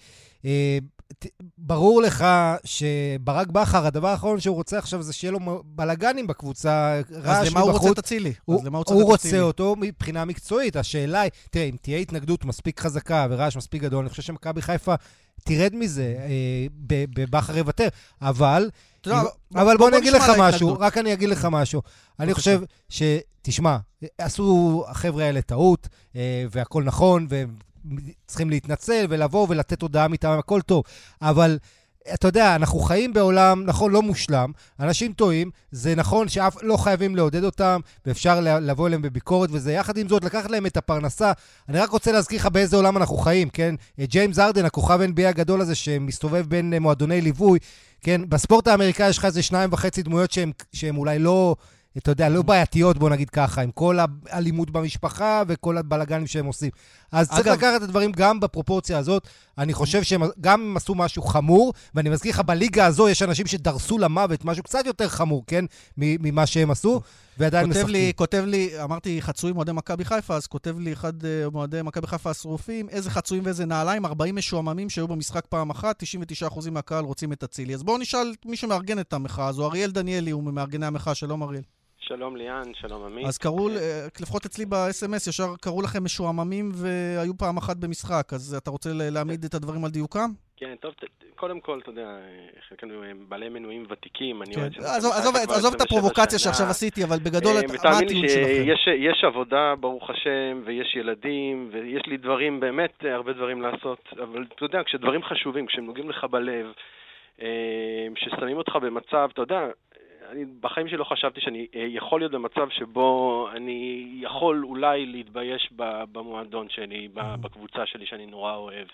ברור לך שברק בכר, הדבר האחרון שהוא רוצה עכשיו זה שיהיה לו בלגנים בקבוצה, אז למה הוא רוצה את אצילי? הוא רוצה אותו מבחינה מקצועית. השאלה היא, תראה, אם תהיה התנגדות מספיק חזקה ורעש מספיק גדול, אני חושב שמכבי חיפה תרד מזה, בבכר יוותר, אבל בוא אני אגיד לך משהו, רק אני אגיד לך משהו. אני חושב שתשמע, עשו החבר'ה האלה טעות, והכל נכון, צריכים להתנצל ולבוא ולתת הודעה מטעם, הכל טוב. אבל אתה יודע, אנחנו חיים בעולם, נכון, לא מושלם, אנשים טועים, זה נכון שאף לא חייבים לעודד אותם, ואפשר לבוא אליהם בביקורת, וזה יחד עם זאת, לקחת להם את הפרנסה. אני רק רוצה להזכיר לך באיזה עולם אנחנו חיים, כן? ג'יימס ארדן, הכוכב NBA הגדול הזה, שמסתובב בין מועדוני ליווי, כן? בספורט האמריקאי יש לך איזה 2.5 דמויות שהם אולי לא, אתה יודע, לא בעייתיות, בוא נגיד ככה, עם כל האלימות במשפחה וכל הבלגנים שהם עושים. אז צריך לקחת את הדברים גם בפרופורציה הזאת. אני חושב שהם גם הם עשו משהו חמור, ואני מזכיר לך, בליגה הזו יש אנשים שדרסו למוות, משהו קצת יותר חמור, כן? ממה שהם עשו, ועדיין משחקים. כותב לי, אמרתי חצויים מועדי מכבי חיפה, אז כותב לי אחד מועדי מכבי חיפה השרופים, איזה חצויים ואיזה נעליים, 40 משועממים שהיו במשחק פעם אחת, 99% מהקהל רוצים את אצילי. אז בואו נשאל מי שמארגן את המחאה הזו, אריאל דניאלי, הוא ממארגני המחאה. שלום אריאל. שלום ליאן, שלום עמית. אז קראו, לפחות אצלי ב-SMS, ישר קראו לכם משועממים והיו פעם אחת במשחק, אז אתה רוצה להעמיד את הדברים על דיוקם? כן, טוב, קודם כל, אתה יודע, חלקנו בעלי מנויים ותיקים. עזוב את הפרובוקציה שעכשיו עשיתי, אבל בגדול, מה הטיעון שלכם? יש עבודה, ברוך השם, ויש ילדים, ויש לי דברים, באמת הרבה דברים לעשות, אבל אתה יודע, כשדברים חשובים, כשהם נוגעים לך בלב, ששמים אותך במצב, אתה יודע, אני בחיים שלי לא חשבתי שאני יכול להיות במצב שבו אני יכול אולי להתבייש במועדון שלי, בקבוצה שלי שאני נורא אוהב.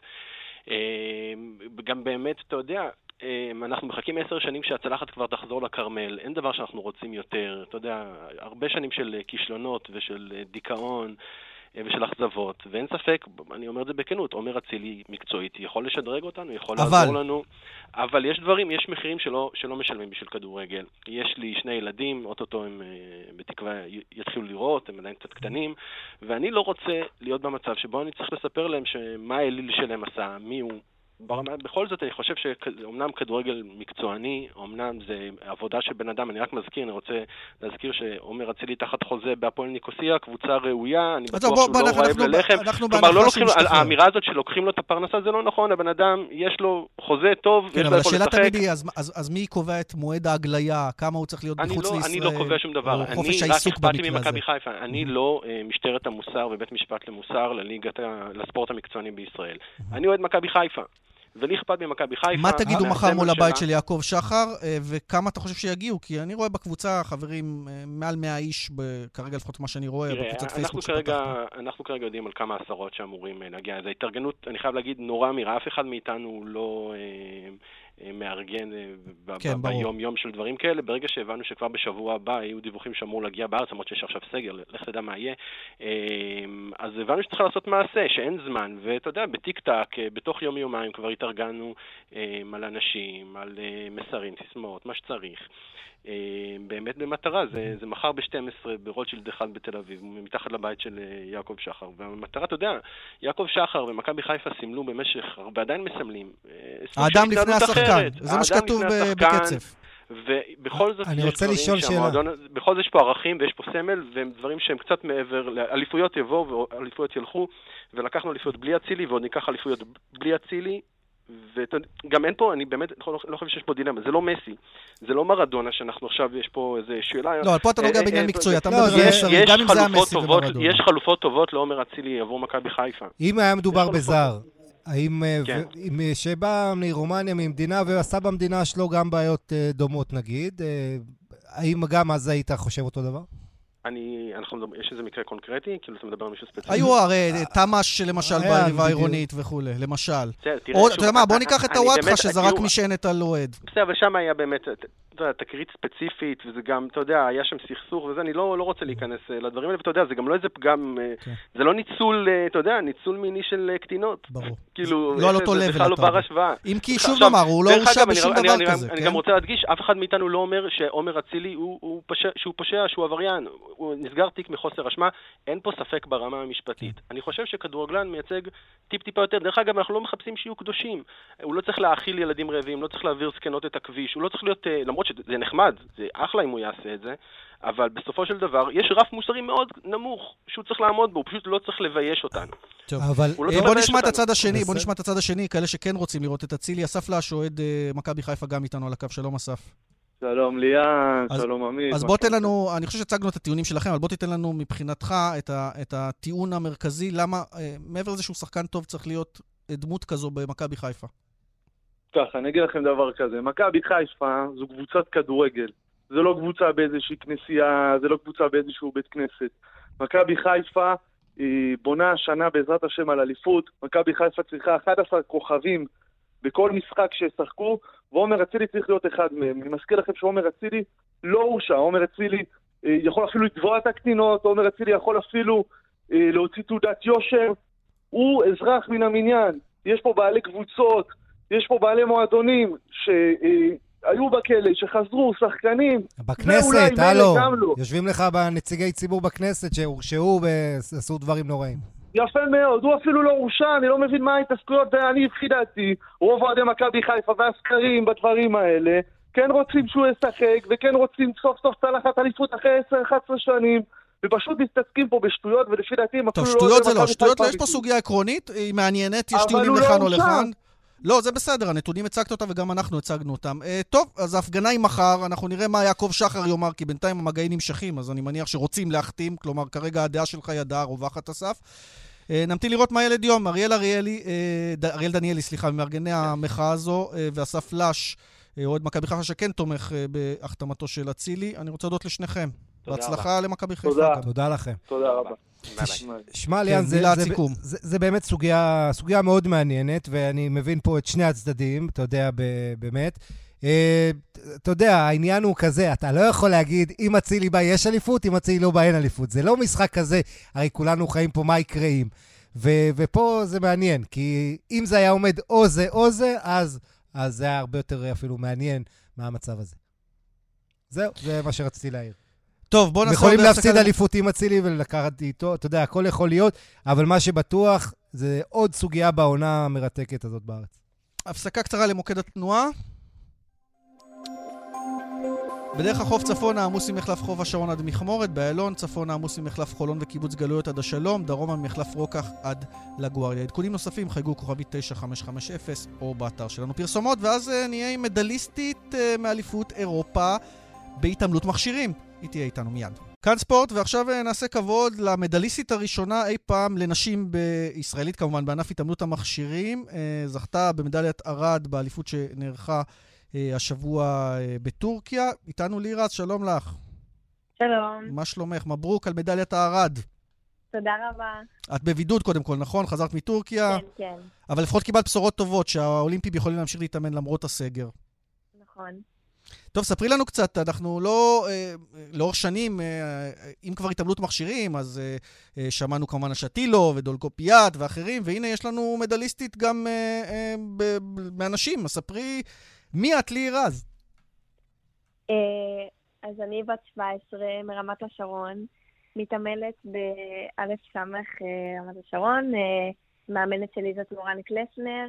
גם באמת, אתה יודע, אנחנו מחכים 10 שנים שהצלחת כבר תחזור לקרמל, אין דבר שאנחנו רוצים יותר, אתה יודע, הרבה שנים של כישלונות ושל דיכאון ושל אכזבות, ואין ספק, אני אומר את זה בכנות, עומר אצילי מקצועית, יכול לשדרג אותנו, יכול לעזור לנו, אבל יש דברים, יש מחירים שלא משלמים בשביל כדורגל. יש לי 2 ילדים, אוטוטו הם בתקווה יתחילו לראות, הם עדיין קצת קטנים, ואני לא רוצה להיות במצב שבו אני צריך לספר להם מה האליל שלהם עשה, מי הוא. בכל זאת אני חושב שאומנם כדורגל מקצועני, אומנם זה עבודה של בן אדם, אני רק מזכיר, אני רוצה להזכיר שעומר אצילי תחת חוזה בהפועל ניקוסיה, קבוצה ראויה, אני בטוח שהוא לא רעב ללחם. כלומר, האמירה הזאת שלוקחים לו את הפרנסה זה לא נכון, הבן אדם יש לו חוזה טוב, כן, אבל השאלה תמיד היא, אז מי קובע את מועד ההגליה, כמה הוא צריך להיות מחוץ לישראל? אני לא קובע שום דבר, אני רק אכפת לי ממכבי חיפה, אני לא משטרת המוסר ובית משפט למוסר לספורט המקצועני בישראל. אני אוהד מכבי חיפה. ולי אכפת ממכבי חיפה. מה תגידו מחר מול הבית של יעקב שחר, וכמה אתה חושב שיגיעו? כי אני רואה בקבוצה חברים מעל 100 איש, כרגע לפחות מה שאני רואה, בקבוצת פייסבוק שפתחת. אנחנו כרגע יודעים על כמה עשרות שאמורים להגיע. זו התארגנות, אני חייב להגיד, נורא מהירה. אף אחד מאיתנו לא מארגן ביום של דברים כאלה. ברגע שהבנו שכבר בשבוע הבא היו דיווחים שאמור להגיע בארץ, למרות שיש עכשיו סגר, לך תדע מה יהיה. אז הבנו שצריך לעשות מעשה, שאין זמן, ואתה יודע, בטיק-טק, בתוך יום-יומיים כבר התארגנו על אנשים, על מסרים, סיסמאות, מה שצריך. באמת במטרה, זה מחר ב-12 ברוטשילד 1 בתל אביב, מתחת לבית של יעקב שחר. והמטרה, אתה יודע, יעקב שחר ומכבי חיפה סימלו במשך, ועדיין מסמלים. האדם לפני השחקן, זה מה שכתוב בקצף. ובכל זאת אני רוצה לשאול שאלה. בכל זאת יש פה ערכים ויש פה סמל, והם דברים שהם קצת מעבר, אליפויות יבואו ואליפויות ילכו, ולקחנו אליפויות בלי אצילי, ועוד ניקח אליפויות בלי אצילי, וגם אין פה, אני באמת לא חושב שיש פה דילמה, זה לא מסי, זה לא מרדונה שאנחנו עכשיו, יש פה איזו שאלה. לא, פה אתה נוגע בעניין מקצועי, אתה מדבר על מסרים, גם אם זה המסי ומרדונה. יש חלופות טובות לעומר אצילי עבור מכבי חיפה. אם היה מדובר בזר, האם שבא מרומניה, ממדינה, ועשה במדינה שלו גם בעיות דומות נגיד, האם גם אז היית חושב אותו דבר? יש איזה מקרה קונקרטי? כאילו אתה מדבר על מישהו ספציפי? היו הרי תמ"ש למשל בעריבה העירונית וכו', למשל. אתה יודע מה, בוא ניקח את הוואטחה שזרק משענת על אוהד. בסדר, אבל שם היה באמת תקרית ספציפית, וזה גם, אתה יודע, היה שם סכסוך, וזה, אני לא רוצה להיכנס לדברים האלה, ואתה יודע, זה גם לא איזה פגם, זה לא ניצול, אתה יודע, ניצול מיני של קטינות. ברור. כאילו, לא על אותו לבל. זה בכלל לא בר השוואה. אם כי שוב נאמר, הוא לא הורשע בשום דבר כזה. אני גם רוצה להדגיש, אף אחד מאיתנו לא אומר שעומר אצילי שהוא פושע, שהוא עבריין, הוא נסגר תיק מחוסר אשמה, אין פה ספק ברמה המשפטית. אני חושב שכדורגלן מייצג טיפה יותר. דרך אגב, אנחנו לא מחפשים שיהיו קדושים. הוא לא צריך להאכיל ילדים רעבים, לא צריך להעביר זקנות את הכביש, הוא לא צריך להיות, למרות שזה נחמד, זה אחלה אם הוא יעשה את זה, אבל בסופו של דבר יש רף מוסרי מאוד נמוך שהוא צריך לעמוד בו, הוא פשוט לא צריך לבייש אותנו. בוא נשמע את הצד השני, כאלה שכן רוצים לראות את אצילי. אסף לאש, אוהד מכבי חיפה גם איתנו על הקו. שלום אסף. שלום ליאן, שלום עמית. אז בוא תן לנו, אני חושב שהצגנו את הטיעונים שלכם, אבל בוא תיתן לנו מבחינתך את הטיעון המרכזי, למה מעבר לזה שהוא שחקן טוב צריך להיות דמות כזו במכבי חיפה. ככה, אני אגיד לכם דבר כזה, מכבי חיפה זו קבוצת כדורגל, זה לא קבוצה באיזושהי כנסייה, זה לא קבוצה באיזשהו בית כנסת. מכבי חיפה בונה השנה בעזרת השם על אליפות, מכבי חיפה צריכה 11 כוכבים בכל משחק ששחקו, ועומר אצילי צריך להיות אחד מהם. אני מזכיר לכם שעומר אצילי לא הורשע, עומר אצילי יכול אפילו לתבוע את הקטינות, עומר אצילי יכול אפילו להוציא תעודת יושר, הוא אזרח מן המניין. יש פה בעלי קבוצות, יש פה בעלי מועדונים שהיו בכלא, שחזרו, שחקנים. בכנסת, הלו, יושבים לך בנציגי ציבור בכנסת שהורשעו ועשו דברים נוראים. יפה מאוד, הוא אפילו לא הורשע, אני לא מבין מה ההתעסקויות, ואני הפחידתי, רוב אוהדי מכבי חיפה והסקרים בדברים האלה, כן רוצים שהוא ישחק, וכן רוצים סוף סוף צלחת אליפות אחרי 10-11 שנים, ופשוט מסתסקים פה בשטויות, ולפי דעתי הם אפילו לא... טוב, שטויות זה לא, שטויות לא, יש פה סוגיה עקרונית, היא מעניינת, יש טיעונים לכאן או לכאן. לא, זה בסדר, הנתונים הצגת אותם וגם אנחנו הצגנו אותם. טוב, אז ההפגנה היא מחר, אנחנו נראה מה יעקב שחר יאמר, כי בינתיים המגעים נמשכים, אז אני מניח שרוצים להחתים, כלומר, כרגע הדעה שלך היא הדעה רווחת אסף. נמתין לראות מה ילד יום, אריאל דניאלי, ממארגני המחאה הזו, ואסף לש, אוהד מכבי חיפה שכן תומך בהחתמתו של אצילי. אני רוצה להודות לשניכם. בהצלחה למכבי חיפה. תודה לכם. תודה רבה. שמע, ליאן, זה באמת סוגיה מאוד מעניינת, ואני מבין פה את שני הצדדים, אתה יודע, באמת. אתה יודע, העניין הוא כזה, אתה לא יכול להגיד, אם אצילי בא יש אליפות, אם אצילי לא בא אין אליפות. זה לא משחק כזה, הרי כולנו חיים פה מה יקרה אם. ופה זה מעניין, כי אם זה היה עומד או זה, אז זה היה הרבה יותר אפילו מעניין מהמצב הזה. זהו, זה מה שרציתי להעיר. טוב, בוא נעשה... יכולים להפסיד אליפות עם אצילי ולקחת איתו, אתה יודע, הכל יכול להיות, אבל מה שבטוח זה עוד סוגיה בעונה המרתקת הזאת בארץ. הפסקה קצרה למוקד התנועה. בדרך החוף צפונה עמוס ממחלף חוף השרון עד מכמורת, באיילון צפונה עמוס ממחלף חולון וקיבוץ גלויות עד השלום, דרומה ממחלף רוקח עד לגוארדיה. עדכונים נוספים חייגו כוכבי 9550 או באתר שלנו פרסומות, ואז נהיה עם מדליסטית מאליפות אירופה בהתעמלות מכשירים. היא תהיה איתנו מיד. כאן ספורט, ועכשיו נעשה כבוד למדליסטית הראשונה אי פעם לנשים בישראלית, כמובן בענף התעמלות המכשירים. זכתה במדליית ארד באליפות שנערכה השבוע בטורקיה. איתנו לירז, שלום לך. שלום. מה שלומך? מברוק על מדליית הארד. תודה רבה. את בבידוד קודם כל, נכון? חזרת מטורקיה? כן, כן. אבל לפחות קיבלת בשורות טובות שהאולימפים יכולים להמשיך להתאמן למרות הסגר. נכון. טוב, ספרי לנו קצת, אנחנו לאורך שנים, אם כבר התעמלות מכשירים, אז שמענו כמובן השטילו ודולגופיאט ואחרים, והנה יש לנו מדליסטית גם מאנשים. ספרי, מי את לירז? אז אני בת 17 מרמת השרון, מתעמלת באלף סמך רמת השרון, מאמנת שלי זאת מורן קלסנר.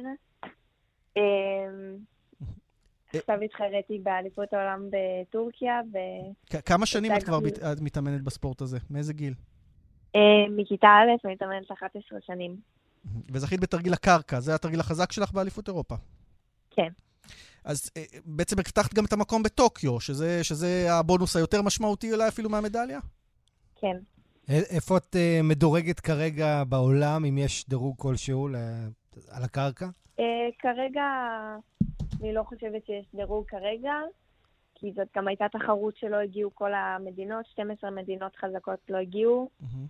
עכשיו התחרתי באליפות העולם בטורקיה. כמה שנים את כבר מתאמנת בספורט הזה? מאיזה גיל? מכיתה א', אני מתאמנת 11 שנים. וזכית בתרגיל הקרקע, זה התרגיל החזק שלך באליפות אירופה? כן. אז בעצם הבטחת גם את המקום בטוקיו, שזה הבונוס היותר משמעותי אולי אפילו מהמדליה? כן. איפה את מדורגת כרגע בעולם, אם יש דירוג כלשהו על הקרקע? כרגע אני לא חושבת שיש דירוג כרגע, כי זאת גם הייתה תחרות שלא הגיעו כל המדינות, 12 מדינות חזקות לא הגיעו.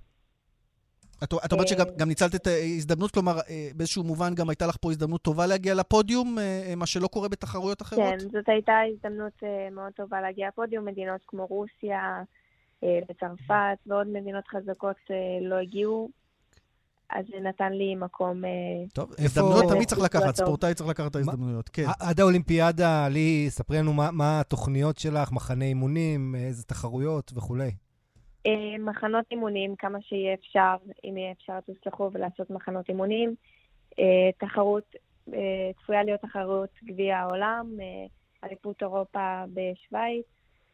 את אומרת שגם ניצלת את ההזדמנות, כלומר באיזשהו מובן גם הייתה לך פה הזדמנות טובה להגיע לפודיום, מה שלא קורה בתחרויות אחרות? כן, זאת הייתה הזדמנות מאוד טובה להגיע לפודיום, מדינות כמו רוסיה וצרפת ועוד מדינות חזקות לא הגיעו. אז זה נתן לי מקום... טוב, הזדמנויות תמיד צריך לקחת, ספורטאי צריך לקחת את ההזדמנויות, כן. עד האולימפיאדה, לי, ספרי לנו מה התוכניות שלך, מחנה אימונים, איזה תחרויות וכו'. מחנות אימונים, כמה שיהיה אפשר, אם יהיה אפשר תצלחו ולעשות מחנות אימונים. תחרות, צפויה להיות תחרות גביע העולם, אליפות אירופה בשוויץ,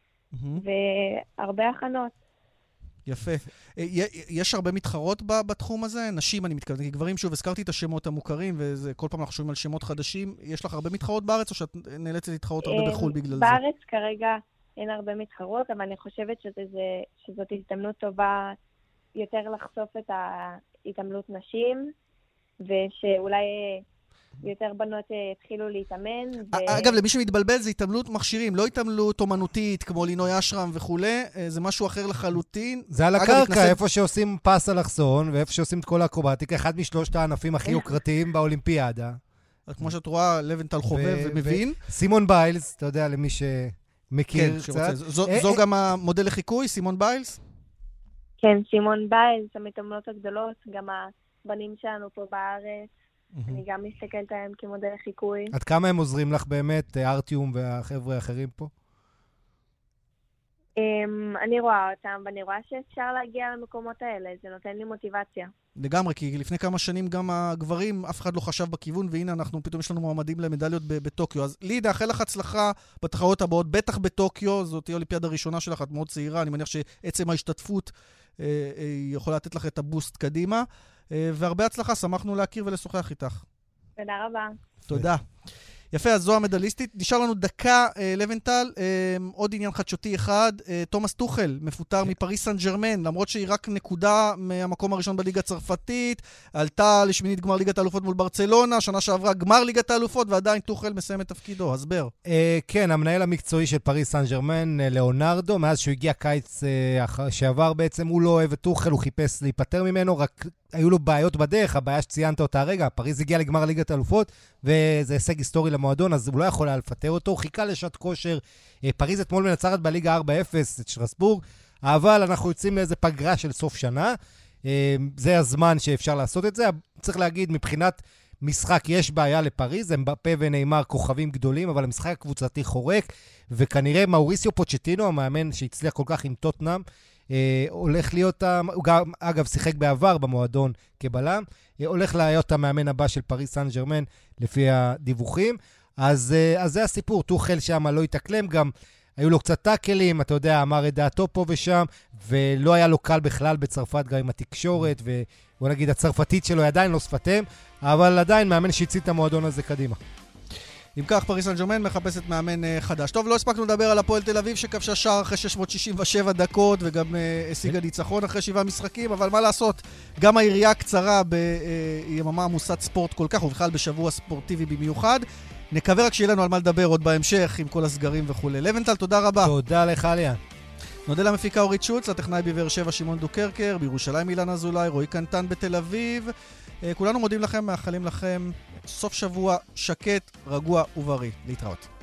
והרבה הכנות. יפה. יש הרבה מתחרות בתחום הזה? נשים, אני מתכוון, כי גברים, שוב, הזכרתי את השמות המוכרים, וכל פעם אנחנו שומעים על שמות חדשים. יש לך הרבה מתחרות בארץ, או שאת נאלצת להתחרות הרבה בחול בגלל זה? בארץ כרגע אין הרבה מתחרות, אבל אני חושבת שזאת הזדמנות טובה יותר לחשוף את ההתעמלות נשים, ושאולי יותר בנות התחילו להתאמן. אגב, למי שמתבלבל זה התעמלות מכשירים, לא התעמלות אומנותית כמו לינוי אשרם וכו', זה משהו אחר לחלוטין. זה על הקרקע, איפה שעושים פס אלכסון, ואיפה שעושים את כל האקרובטיקה, אחד משלושת הענפים הכי יוקרתיים באולימפיאדה. כמו שאת רואה, לבנטל חובב ומבין. סימון ביילס, אתה יודע, למי שמכיר קצת. זו גם המודל לחיקוי, סימון ביילס? כן, סימון ביילס, המתעמלות הגדולות, גם הבנים שלנו פה בארץ. אני גם מסתכלת עליהם כמודל חיקוי. עד כמה הם עוזרים לך באמת, ארטיום והחבר'ה האחרים פה? אני רואה אותם, ואני רואה שאפשר להגיע למקומות האלה, זה נותן לי מוטיבציה. לגמרי, כי לפני כמה שנים גם הגברים, אף אחד לא חשב בכיוון, והנה אנחנו, פתאום יש לנו מועמדים למדליות בטוקיו. אז לי, נאחל לך הצלחה בתחרויות הבאות, בטח בטוקיו, זאת תהיה אולימפיאדה הראשונה שלך, את מאוד צעירה, אני מניח שעצם ההשתתפות יכולה לתת לך את הבוסט קדימה. והרבה הצלחה, שמחנו להכיר ולשוחח איתך. תודה רבה. תודה. יפה, אז זו המדליסטית. נשאר לנו דקה, לבנטל, עוד עניין חדשותי אחד, תומאס טוחל מפוטר מפריס סן ז'רמן, למרות שהיא רק נקודה מהמקום הראשון בליגה הצרפתית, עלתה לשמינית גמר ליגת האלופות מול ברצלונה, שנה שעברה גמר ליגת האלופות, ועדיין טוחל מסיים את תפקידו. הסבר. כן, המנהל המקצועי של פריס סן ז'רמן, ליאונרדו, מאז שהוא הגיע קיץ שעבר בעצם, הוא לא אוהב את טוחל, הוא חיפש להיפטר ממנו, רק היו לו בעיות בדרך, הבעיה שציינת אותה הרגע, פריז הגיע לגמר ליגת האלופות, וזה הישג היסטורי למועדון, אז הוא לא יכול היה לפטר אותו, הוא חיכה לשעת כושר, פריז אתמול מנצחת בליגה 4-0 את שטרסבורג, אבל אנחנו יוצאים לאיזה פגרה של סוף שנה, זה הזמן שאפשר לעשות את זה, צריך להגיד, מבחינת משחק יש בעיה לפריז, אמבפה וניימר כוכבים גדולים, אבל המשחק הקבוצתי חורק, וכנראה מאוריסיו פוצ'טינו, המאמן שהצליח כל כך עם טוטנהאם, הולך להיות, הוא גם אגב שיחק בעבר במועדון כבלם, הולך להיות המאמן הבא של פריס סן ז'רמן לפי הדיווחים, אז זה הסיפור, טוחל שם לא התאקלם, גם היו לו קצת טאקלים, אתה יודע, אמר את דעתו פה ושם, ולא היה לו קל בכלל בצרפת גם עם התקשורת, ובוא נגיד הצרפתית שלו עדיין לא שפתם, אבל עדיין מאמן שהציל את המועדון הזה קדימה. אם כך, פריס סן ז'רמן מחפשת מאמן חדש. טוב, לא הספקנו לדבר על הפועל תל אביב שכבשה שער אחרי 667 דקות וגם השיגה ניצחון אחרי 7 משחקים, אבל מה לעשות, גם העירייה קצרה ביממה עמוסת ספורט כל כך, ובכלל בשבוע ספורטיבי במיוחד. נקווה רק שיהיה לנו על מה לדבר עוד בהמשך עם כל הסגרים וכו'. לבנטל, תודה רבה. תודה לך, ליאן. נודה למפיקה אורית שוצ, לטכנאי בבאר שבע שמעון דוקרקר, בירושלים אילן אזולאי, רועי קנטן בתל אביב. כולנו מודים לכם, מאחלים לכם סוף שבוע שקט, רגוע ובריא. להתראות.